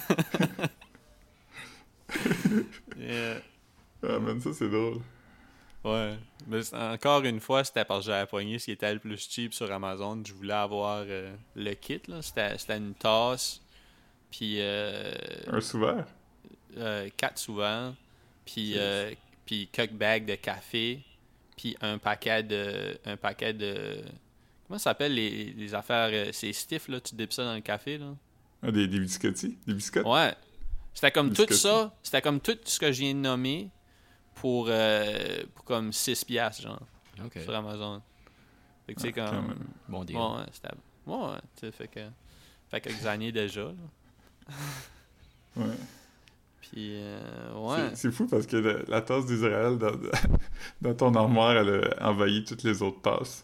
Yeah. Ah, man, ça, c'est drôle. Ouais. Mais encore une fois, c'était parce que j'avais pogné ce qui était le plus cheap sur Amazon. Je voulais avoir le kit, là. C'était une tasse, puis Un sous-verre? 4 sous-verres, puis quelques bags de café, puis un paquet de comment ça s'appelle les affaires, c'est stiff, là, tu dips ça dans le café, là. Ah, des biscottis? Des biscottes? Ouais. C'était comme tout Biscotti. ça, c'était comme tout ce que je viens de nommer pour comme 6 piastres, genre, OK. sur Amazon. Fait que tu sais, quand comme... même. Bon deal. Ouais, c'était... Ouais, tu sais, fait quelques années déjà, là. Ouais. Puis, ouais. C'est fou parce que la tasse d'Israël dans ton armoire, elle a envahi toutes les autres tasses.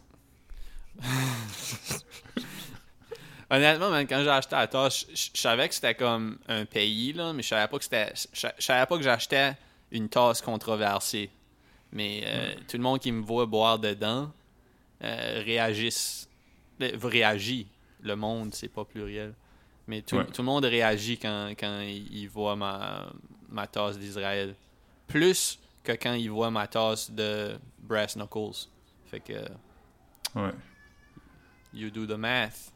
Honnêtement, man, quand j'ai acheté la tasse, je savais que c'était comme un pays, là, mais je savais pas que je savais pas que j'achetais une tasse controversée. Mais tout le monde qui me voit boire dedans réagit. Le monde, c'est pas pluriel. Mais tout le monde réagit quand il voit ma tasse d'Israël. Plus que quand il voit ma tasse de Brass Knuckles. Fait que, Ouais. you do the math.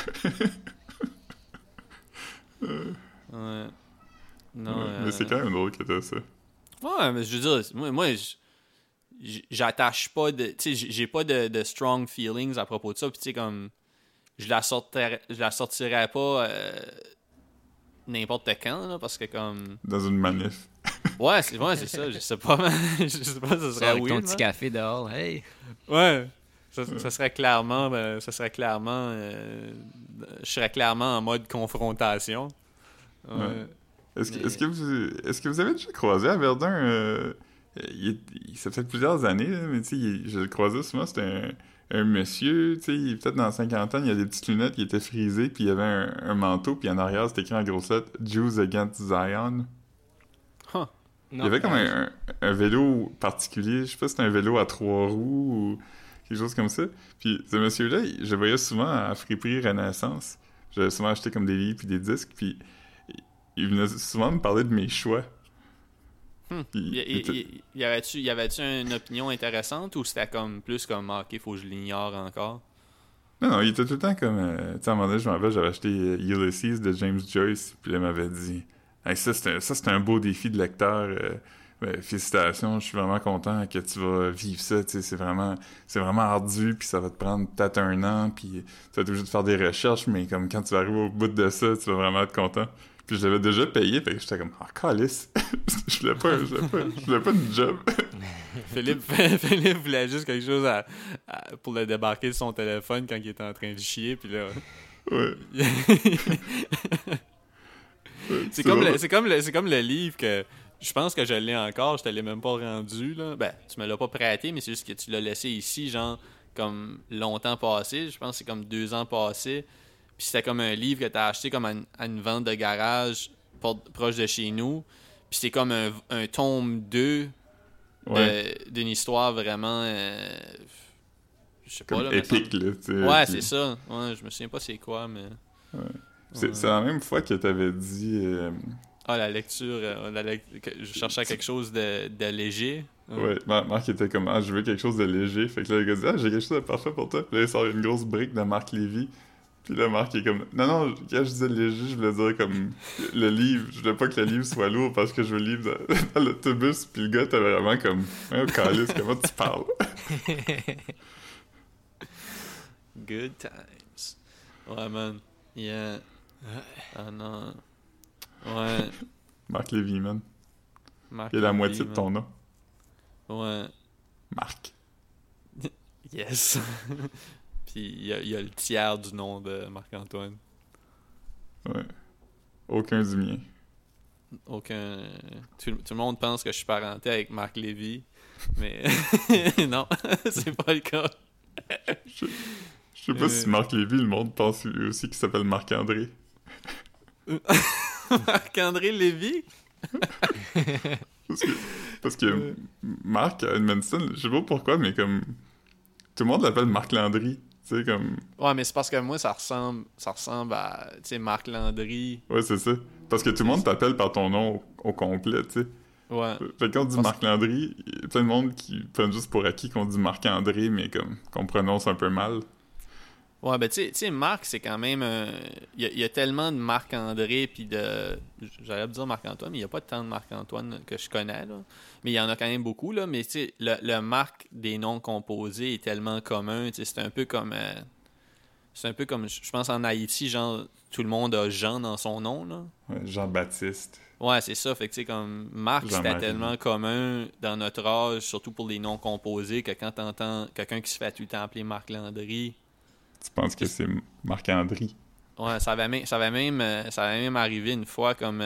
Ouais. Non, Ouais, mais c'est quand même drôle que t'as ça. Ouais, mais je veux dire, moi j'attache pas de... Tu sais, j'ai pas de strong feelings à propos de ça. Puis tu sais, comme... Je la sortirais pas n'importe quand, là, parce que comme... Dans une manif. Ouais, c'est ça. Je sais pas, je sais pas, ça serait Avec ton weird, petit man. café dehors. Hey! Ouais. Ça serait clairement... je serais clairement en mode confrontation. Ouais. Est-ce que vous avez déjà croisé à Verdun? Ça fait plusieurs années, là, mais tu sais, je le croisais souvent, c'était un monsieur, tu sais, il est peut-être dans 50 ans, il a des petites lunettes, il était frisé, puis il avait un manteau, puis en arrière, c'était écrit en grosse lettre « Jews Against Zion ». Huh. Il y avait comme un vélo particulier, je sais pas si c'était un vélo à 3 roues ou quelque chose comme ça. Puis ce monsieur-là, je le voyais souvent à Friperie Renaissance. J'avais souvent acheté comme des livres puis des disques, puis il venait souvent me parler de mes choix. Y avait-tu une opinion intéressante ou c'était comme plus comme ok, faut que je l'ignore encore? Non, il était tout le temps comme... tu sais, à un moment donné, je me rappelle, j'avais acheté Ulysses de James Joyce, puis il m'avait dit hey, ça, c'est un beau défi de lecteur. Félicitations, je suis vraiment content que tu vas vivre ça. Tu sais, c'est vraiment ardu, puis ça va te prendre peut-être 1 an, puis tu vas être obligé de faire des recherches, mais comme quand tu vas arriver au bout de ça, tu vas vraiment être content. Puis je l'avais déjà payé, fait que j'étais comme calice. je voulais pas de job. Philippe voulait juste quelque chose pour le débarquer de son téléphone quand il était en train de chier, puis là... Ouais. C'est comme le livre que je pense que je l'ai encore, je te l'ai même pas rendu là. Ben, tu me l'as pas prêté, mais c'est juste que tu l'as laissé ici genre comme longtemps passé, je pense que c'est comme 2 ans passés. Puis c'était comme un livre que t'as acheté comme à une vente de garage proche de chez nous. Puis c'est comme un tome 2 d'une histoire vraiment je sais pas comme là, épique là, tu sais. Ouais, puis... c'est ça. Ouais, je me souviens pas c'est quoi mais ouais. C'est la même fois que t'avais dit... la lecture, je cherchais quelque chose de léger. Ouais, Marc était comme je veux quelque chose de léger. Fait que là, le gars dit j'ai quelque chose de parfait pour toi. Puis là, il sort une grosse brique de Marc Lévy. Puis là, Marc est comme non, quand je disais léger, je voulais dire comme le livre. Je voulais pas que le livre soit lourd parce que je veux le livre dans l'autobus. Puis le gars était vraiment comme calice, comment tu parles? Good times. Ouais, man. Yeah. Ah non. Ouais. Marc Lévy, man. Marc Il y a la Lévy, moitié de man. ton nom. Ouais. Marc. Yes. Puis il y a le tiers du nom de Marc-Antoine. Ouais. Aucun du mien. Aucun. Tout le monde pense que je suis parenté avec Marc Lévy, mais non, c'est pas le cas. Je sais pas si Marc Lévy, le monde pense lui aussi qu'il s'appelle Marc-André. Marc-André Lévy? Parce que Marc à Edmundston, je sais pas pourquoi, mais comme tout le monde l'appelle Marc Landry, tu sais comme. Ouais, mais c'est parce que moi ça ressemble à, tu sais, Marc Landry. Ouais, c'est ça. Parce que tout le monde t'appelle par ton nom au complet, tu sais. Ouais. Fait que quand on dit Marc Landry, il y a plein de monde qui prennent juste pour acquis qu'on dit Marc-André, mais comme qu'on prononce un peu mal. Ouais, ben tu sais, Marc, c'est quand même... Il y a tellement de Marc-André, puis de... J'allais dire Marc-Antoine, mais il n'y a pas tant de Marc-Antoine que je connais, là. Mais il y en a quand même beaucoup, là. Mais tu sais, le Marc des noms composés est tellement commun, tu sais, c'est un peu comme... je pense, en Haïti, genre, tout le monde a Jean dans son nom, là. Ouais, Jean-Baptiste. Ouais, c'est ça. Fait que, tu sais, comme Marc, c'était tellement commun dans notre âge, surtout pour les noms composés, que quand t'entends quelqu'un qui se fait tout le temps appeler Marc Landry... Tu penses que c'est Marc-André? Ouais, ça avait même arrivé une fois comme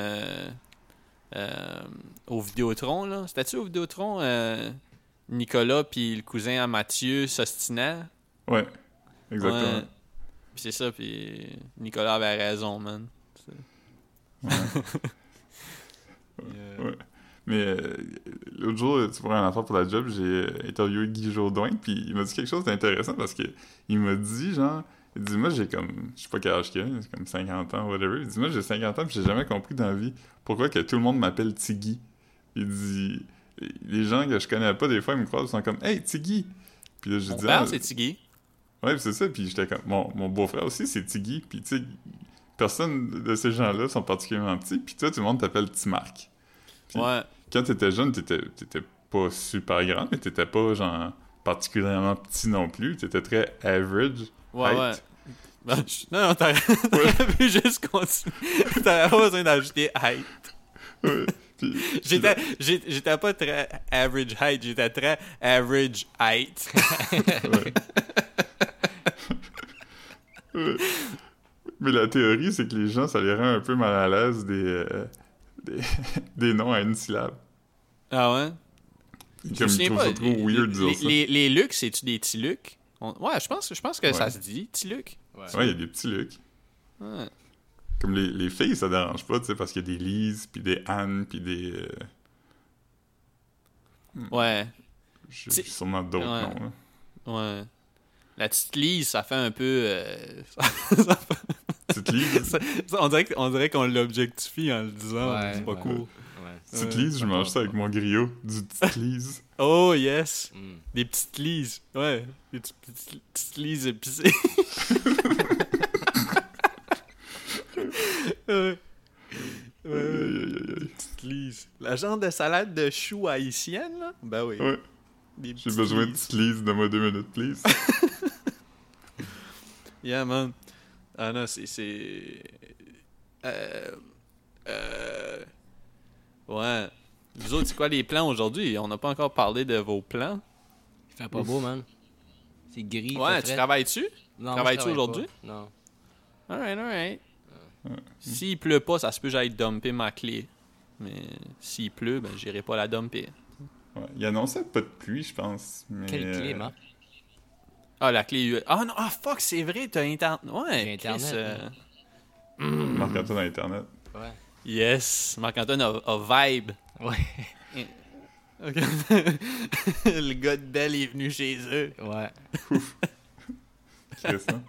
au Vidéotron, là. C'était-tu au Vidéotron? Nicolas puis le cousin à Mathieu s'ostinaient? Ouais, exactement. Ouais. Puis c'est ça, puis Nicolas avait raison, man. Ouais. Ouais. Mais l'autre jour, tu pourrais en affaire pour la job, j'ai interviewé Guy Jourdain, puis il m'a dit quelque chose d'intéressant parce que il m'a dit, genre, il dit, moi j'ai comme, je sais pas quel âge qu'il a, c'est comme 50 ans, whatever. Il dit, moi j'ai 50 ans, puis j'ai jamais compris dans la vie pourquoi que tout le monde m'appelle Tiggy. Il dit, les gens que je connais pas, des fois, ils me croisent, ils sont comme, hey Tiggy! Puis là, j'ai Mon dit, père, c'est Tiggy. Ouais, c'est ça, puis j'étais comme, mon beau-frère aussi, c'est Tiggy, puis tu sais, personne de ces gens-là sont particulièrement petits, puis toi, tout le monde t'appelle Petit Marc. Puis, ouais. Quand t'étais jeune, t'étais pas super grand, mais t'étais pas, genre, particulièrement petit non plus. T'étais très average. Ouais, height. ouais. Ben, non, t'aurais pu juste continuer. T'aurais pas besoin d'ajouter height. Ouais. Puis, j'étais pas très average height, j'étais très average height. Ouais. Ouais. Mais la théorie, c'est que les gens, ça les rend un peu mal à l'aise des noms à une syllabe. Ah ouais? Comme ils trouvent ça trop weird de dire ça. Les Lucs, c'est-tu des petits Lucs? Ouais, je pense que ça Ouais. se dit, petit Luc. Ouais. Ouais, il y a des petits Luc. Ouais. Comme les filles, ça dérange pas, tu sais, parce qu'il y a des Lise, puis des Anne, puis des... Ouais. j'ai sûrement d'autres Ouais. noms, là. Ouais. La petite Lise, ça fait un peu... Petite Lise, on dirait qu'on l'objectifie en le disant. Ouais, C'est pas ouais. cool. Ouais. petite Ouais, Lise, je ça mange passe ça avec pas. mon griot, du petite Lise. Oh, yes! Mm. Des petites Lises. Ouais. Des petites Lises épicées. Ouais. Aïe, aïe, aïe, aïe. Petite Lise. La genre de salade de choux haïtienne, là? Ben oui. Ouais, Des j'ai petites besoin de Lises. petite Lise, donne-moi 2 minutes, please. Yeah, man. Ah non, c'est... Ouais. Vous autres, c'est quoi les plans aujourd'hui? On n'a pas encore parlé de vos plans. Il fait pas beau, man. C'est gris. Ouais, fait tu frais. travailles-tu? Non, travailles-tu je travaille aujourd'hui? pas. Non. Alright, alright. S'il pleut pas, ça se peut que j'aille dumper ma clé. Mais s'il pleut, ben j'irai pas la dumper. Ouais, il annonçait pas de pluie, je pense. Mais, Quelle clé, Marc? Ah, la clé USB. Ah non, ah fuck, c'est vrai, t'as Internet. Ouais, J'ai Internet, Chris, Marc-Antoine à Internet. Ouais. Yes, Marc-Antoine a vibe. Ouais. Ok. Le gars de Bell est venu chez eux. Ouais. Chris, hein?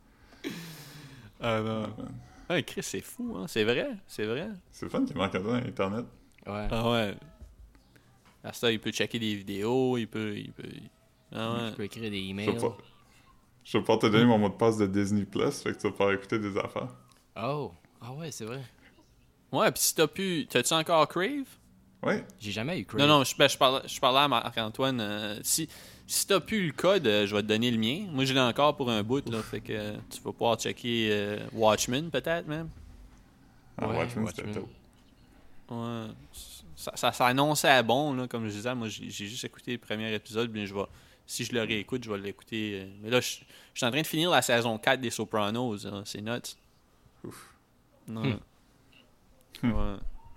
Ah non. Ah, Chris, c'est fou, hein. C'est vrai, c'est vrai. C'est le fun qu'il y ait Marc-Antoine à Internet. Ouais. Ah ouais. À ça, il peut checker des vidéos, il peut... Ah ouais. Tu peux écrire des Je emails. vais pas... Je vais pouvoir te donner mon mot de passe de Disney+, fait que tu vas pouvoir écouter des affaires. Oh. Ah ouais, c'est vrai. Ouais, pis si t'as pu... T'as-tu encore Crave? Ouais, J'ai jamais eu Crave. Non, non, je parlais à Marc-Antoine. Si t'as plus le code, je vais te donner le mien. Moi, je l'ai encore pour un bout, là. Fait que tu vas pouvoir checker Watchmen, peut-être, même. en Ouais, Watchmen, c'était Watchmen. tôt. Ouais. Ça annonçait bon, là, comme je disais. Moi, j'ai juste écouté le premier épisode, puis si je le réécoute, je vais l'écouter. Mais là, je suis en train de finir la saison 4 des Sopranos. Hein. C'est nuts. Ouf. Ouais. Ouais.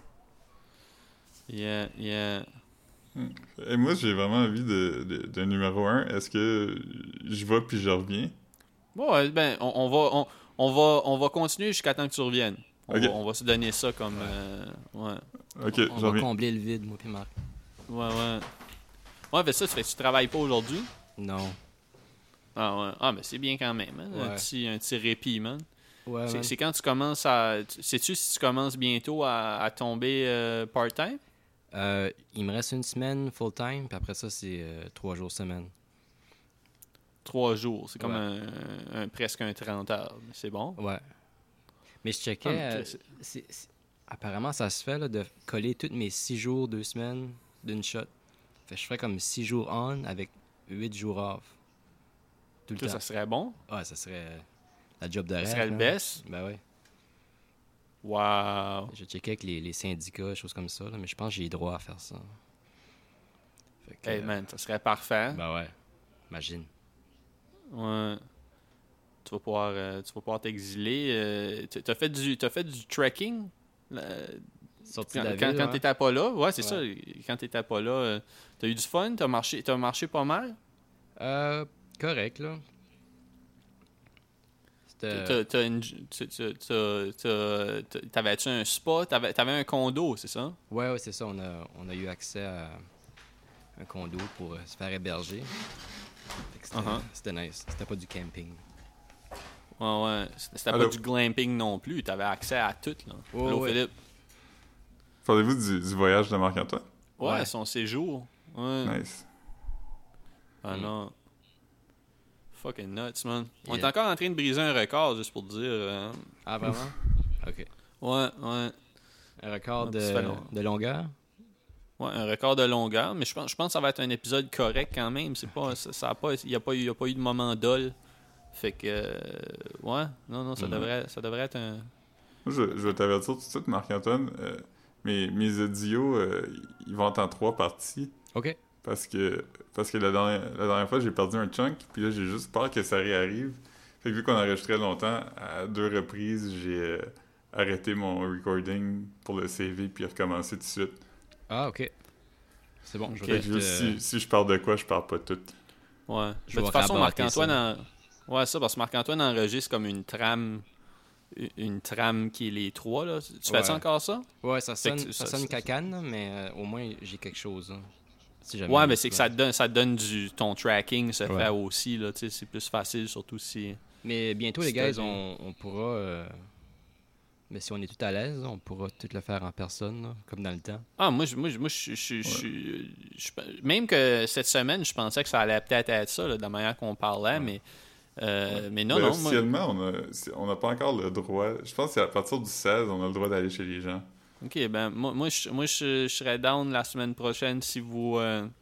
Yeah. Et moi, j'ai vraiment envie de numéro 1. Est-ce que je vais puis je reviens? Bon, ben, on va continuer jusqu'à temps que tu reviennes. Ok. On va se donner ça comme... ouais. Ok, On je va reviens. combler le vide, moi puis Marc. Ouais. Ouais, mais ça, tu travailles pas aujourd'hui? Non. Ah ouais. Ah, mais c'est bien quand même, hein? Ouais. Un petit répit, man. Ouais, man. C'est quand tu commences à... Sais-tu si tu commences bientôt à tomber part-time? Il me reste une semaine full-time, puis après ça, c'est 3 jours semaine. 3 jours. C'est comme Ouais. presque un 30 heures. Mais c'est bon. Ouais. Mais je checkais, Ah, mais apparemment, ça se fait là, de coller tous mes 6 jours, 2 semaines d'une shot. Fait que je ferais comme 6 jours on avec 8 jours off. Tout le ça, temps. ça serait bon. Ah, ça serait la job de Ça rêve. serait le là. best. Ben oui. Wow. Je checkais avec les syndicats, choses comme ça, là, mais je pense que j'ai droit à faire ça. Fait que, Hey, man, ça serait parfait. Ben ouais. Imagine. Ouais. Tu vas pouvoir t'exiler. T'as fait du trekking Sorti quand, de la quand, ville, quand ouais. t'étais pas là. Ouais, c'est ça. Ouais. Quand t'étais pas là, t'as eu du fun. T'as marché pas mal. Correct, là. C'était... T'avais-tu un spa? T'avais un condo, c'est ça? Ouais, c'est ça. On a eu accès à un condo pour se faire héberger. Fait que c'était nice. C'était pas du camping. Ouais. C'était pas Allô? du glamping non plus. T'avais accès à tout, là. Ouais, Allô, ouais. Philippe? Parlez-vous du voyage de Marc-Antoine? Ouais, Ouais. son séjour. Ouais. Nice. Ah non. Fucking nuts, man. On est Yeah. encore en train de briser un record, juste pour te dire. Ah, vraiment? OK. Ouais. Un record Ah, puis ça fait long. de longueur? Ouais, un record de longueur, mais je pense que ça va être un épisode correct quand même. C'est pas, il y a pas eu de moment dol. Fait que, ouais, non, ça devrait être un. Moi, je vais t'avertir tout de suite, Marc-Antoine. Mes audios, ils vont être en 3 parties. OK. Parce que la dernière fois, j'ai perdu un chunk, puis là, j'ai juste peur que ça réarrive. Fait que vu qu'on enregistrait longtemps, à 2 reprises, j'ai arrêté mon recording pour le CV, puis recommencer tout de suite. Ah, OK. C'est bon. Ok. Je Fait vais que juste, si je parle de quoi, je parle pas tout. Ouais. Je De vais toute façon, rabattre Marc-Antoine... Ouais, ça, parce que Marc-Antoine enregistre comme une trame qui est les trois, là. Tu fais ça Ouais. encore ça? Ouais, ça Fait que sonne, ça sonne cacane, là, mais au moins j'ai quelque chose. Hein, si jamais Ouais, il y mais a c'est que quoi. ça te donne ton tracking se Ouais. fait aussi, là, tu sais, c'est plus facile, surtout si... Mais bientôt, les si gars, t'as on pourra. Mais si on est tout à l'aise, on pourra tout le faire en personne, là, comme dans le temps. Ah, moi, Ouais. même que cette semaine, je pensais que ça allait peut-être être ça, là, de la manière qu'on parlait, Ouais. Ouais. mais non, Ben, non, moi... officiellement, on n'a pas encore le droit. Je pense qu'à partir du 16, on a le droit d'aller chez les gens. Ok, ben, je serais down la semaine prochaine si vous...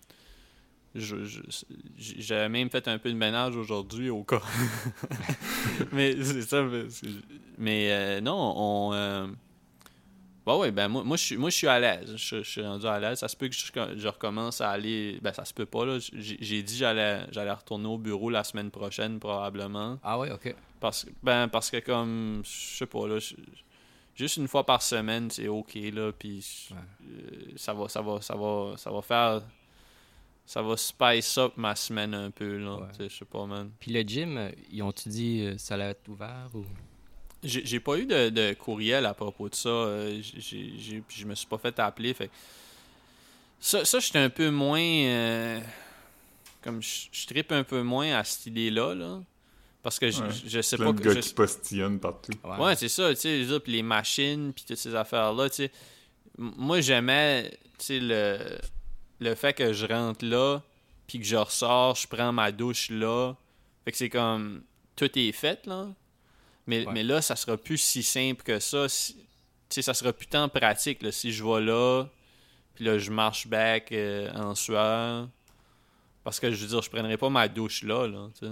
j'ai même fait un peu de ménage aujourd'hui au cas. Mais c'est ça. Non, bah ouais, ben moi je suis à l'aise. Je suis rendu à l'aise. Ça se peut que je recommence à aller. Ben ça se peut pas là. J'ai dit j'allais retourner au bureau la semaine prochaine probablement. Ah ouais, ok. Parce que comme je sais pas là. Juste une fois par semaine, c'est ok là. Puis ça va faire. Ça va spice up ma semaine un peu, là. Ouais. Tu sais, je sais pas, man. Puis le gym, ils ont-tu dit ça allait être ouvert ou. J'ai pas eu de courriel à propos de ça. Puis je me suis pas fait appeler. Fait que ça j'étais un peu moins. Comme je trippe un peu moins à cette idée-là, là. Parce que Ouais. je sais Plein pas. de gars qui postillonnent partout. Ouais, c'est ça, tu sais. Je veux dire, puis les machines, puis toutes ces affaires-là, tu sais. Moi, j'aimais, tu sais, le fait que je rentre là, puis que je ressors, je prends ma douche là. Fait que c'est comme. Tout est fait, là. Mais là, ça sera plus si simple que ça. Tu sais, ça sera plus tant pratique, là. Si je vais là, puis là, je marche back en sueur. Parce que, je veux dire, je prendrai pas ma douche là, tu sais.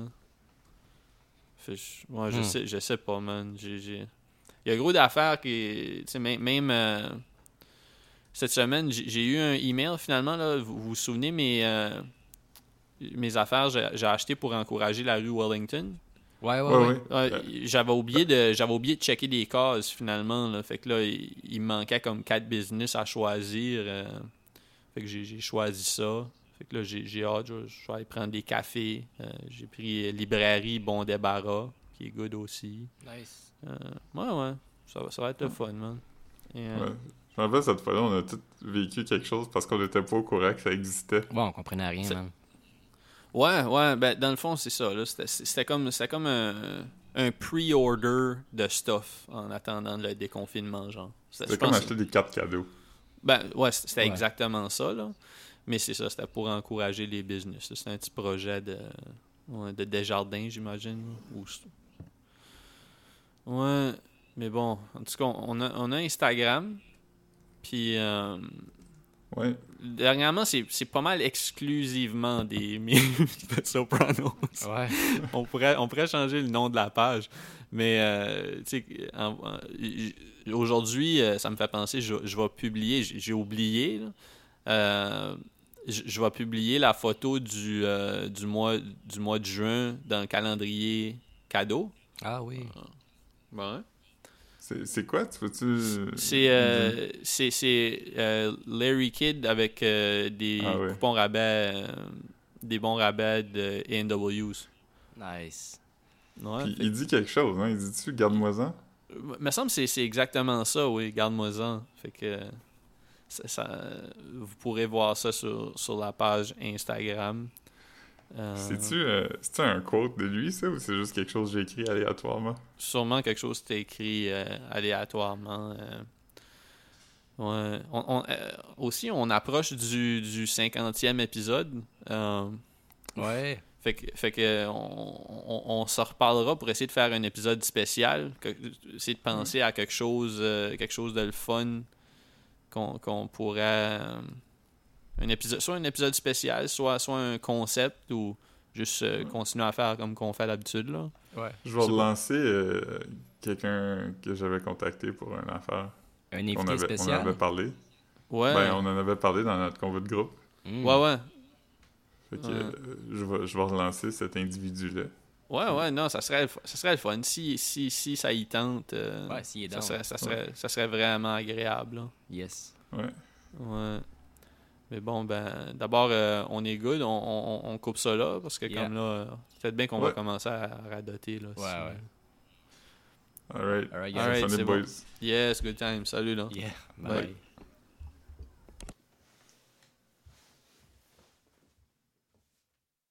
Ouais, je sais pas, man. Il y a gros d'affaires qui. Tu sais, même cette semaine, j'ai eu un email finalement, là. Vous vous souvenez, mes affaires, j'ai acheté pour encourager la rue Wellington. Ouais. J'avais oublié de checker des cases finalement, là. Fait que là, il me manquait comme 4 business à choisir. Fait que j'ai choisi ça. Fait que là, j'ai hâte, je vais aller prendre des cafés. J'ai pris librairie Bon Débarras, qui est good aussi. Nice. Ouais. Ça va être le fun, man. Et, Ouais. Je me rappelle cette fois-là, on a tous vécu quelque chose parce qu'on n'était pas au courant que ça existait. Ouais, on comprenait rien, man. Ouais, ben dans le fond, c'est ça, là. C'était comme un pre-order de stuff en attendant le déconfinement, genre. C'était comme acheter des cartes cadeaux. Ben, ouais, c'était Ouais. exactement ça, là. Mais c'est ça, c'était pour encourager les business, là. C'était un petit projet de Desjardins, j'imagine. Ouais, mais bon, en tout cas, on a Instagram, puis Ouais. dernièrement, c'est pas mal exclusivement des memes de Sopranos. Ouais. On pourrait changer le nom de la page. Mais, tu sais, aujourd'hui, ça me fait penser, je vais publier, j'ai oublié, là. Je vais publier la photo du mois de juin dans le calendrier cadeau. Ah oui. Bon. C'est quoi? Tu veux-tu... C'est Larry Kidd avec des Ah ouais. coupons rabais, des bons rabais de A&Ws. Nice. Ouais, Puis il dit quelque chose, hein? Il dit-tu, garde-moi-en? me semble que c'est exactement ça, oui, garde-moi-en. Fait que vous pourrez voir ça sur la page Instagram. C'est-tu un quote de lui, ça, ou c'est juste quelque chose que j'ai écrit aléatoirement? Sûrement quelque chose qui était écrit aléatoirement. Ouais. Aussi, on approche du 50e épisode. Ouais. Fait que on se reparlera pour essayer de faire un épisode spécial. Essayer de penser à quelque chose de le fun qu'on pourrait... soit un épisode spécial, soit un concept ou juste continuer à faire comme qu'on fait d'habitude, là. Ouais. Je vais relancer quelqu'un que j'avais contacté pour une affaire. Un On invité en spécial. avait parlé. Ouais. Ben, on en avait parlé dans notre convo de groupe. Ouais. Fait que Ouais. je vais relancer cet individu-là. Ouais, non, ça serait le fun. Si ça y tente, Ouais, s'il est ça down. serait vraiment agréable, là. Yes. Ouais. Ouais. Mais bon, ben, d'abord, on est good. On coupe ça là, parce que Yeah. comme là, peut-être bien qu'on va Ouais. commencer à radoter. Là, Ouais, ouais. Alright. Alright, Alright, guys. Salut, c'est boys. bon. Yes, good time. Salut, là. Yeah, Bye. bye.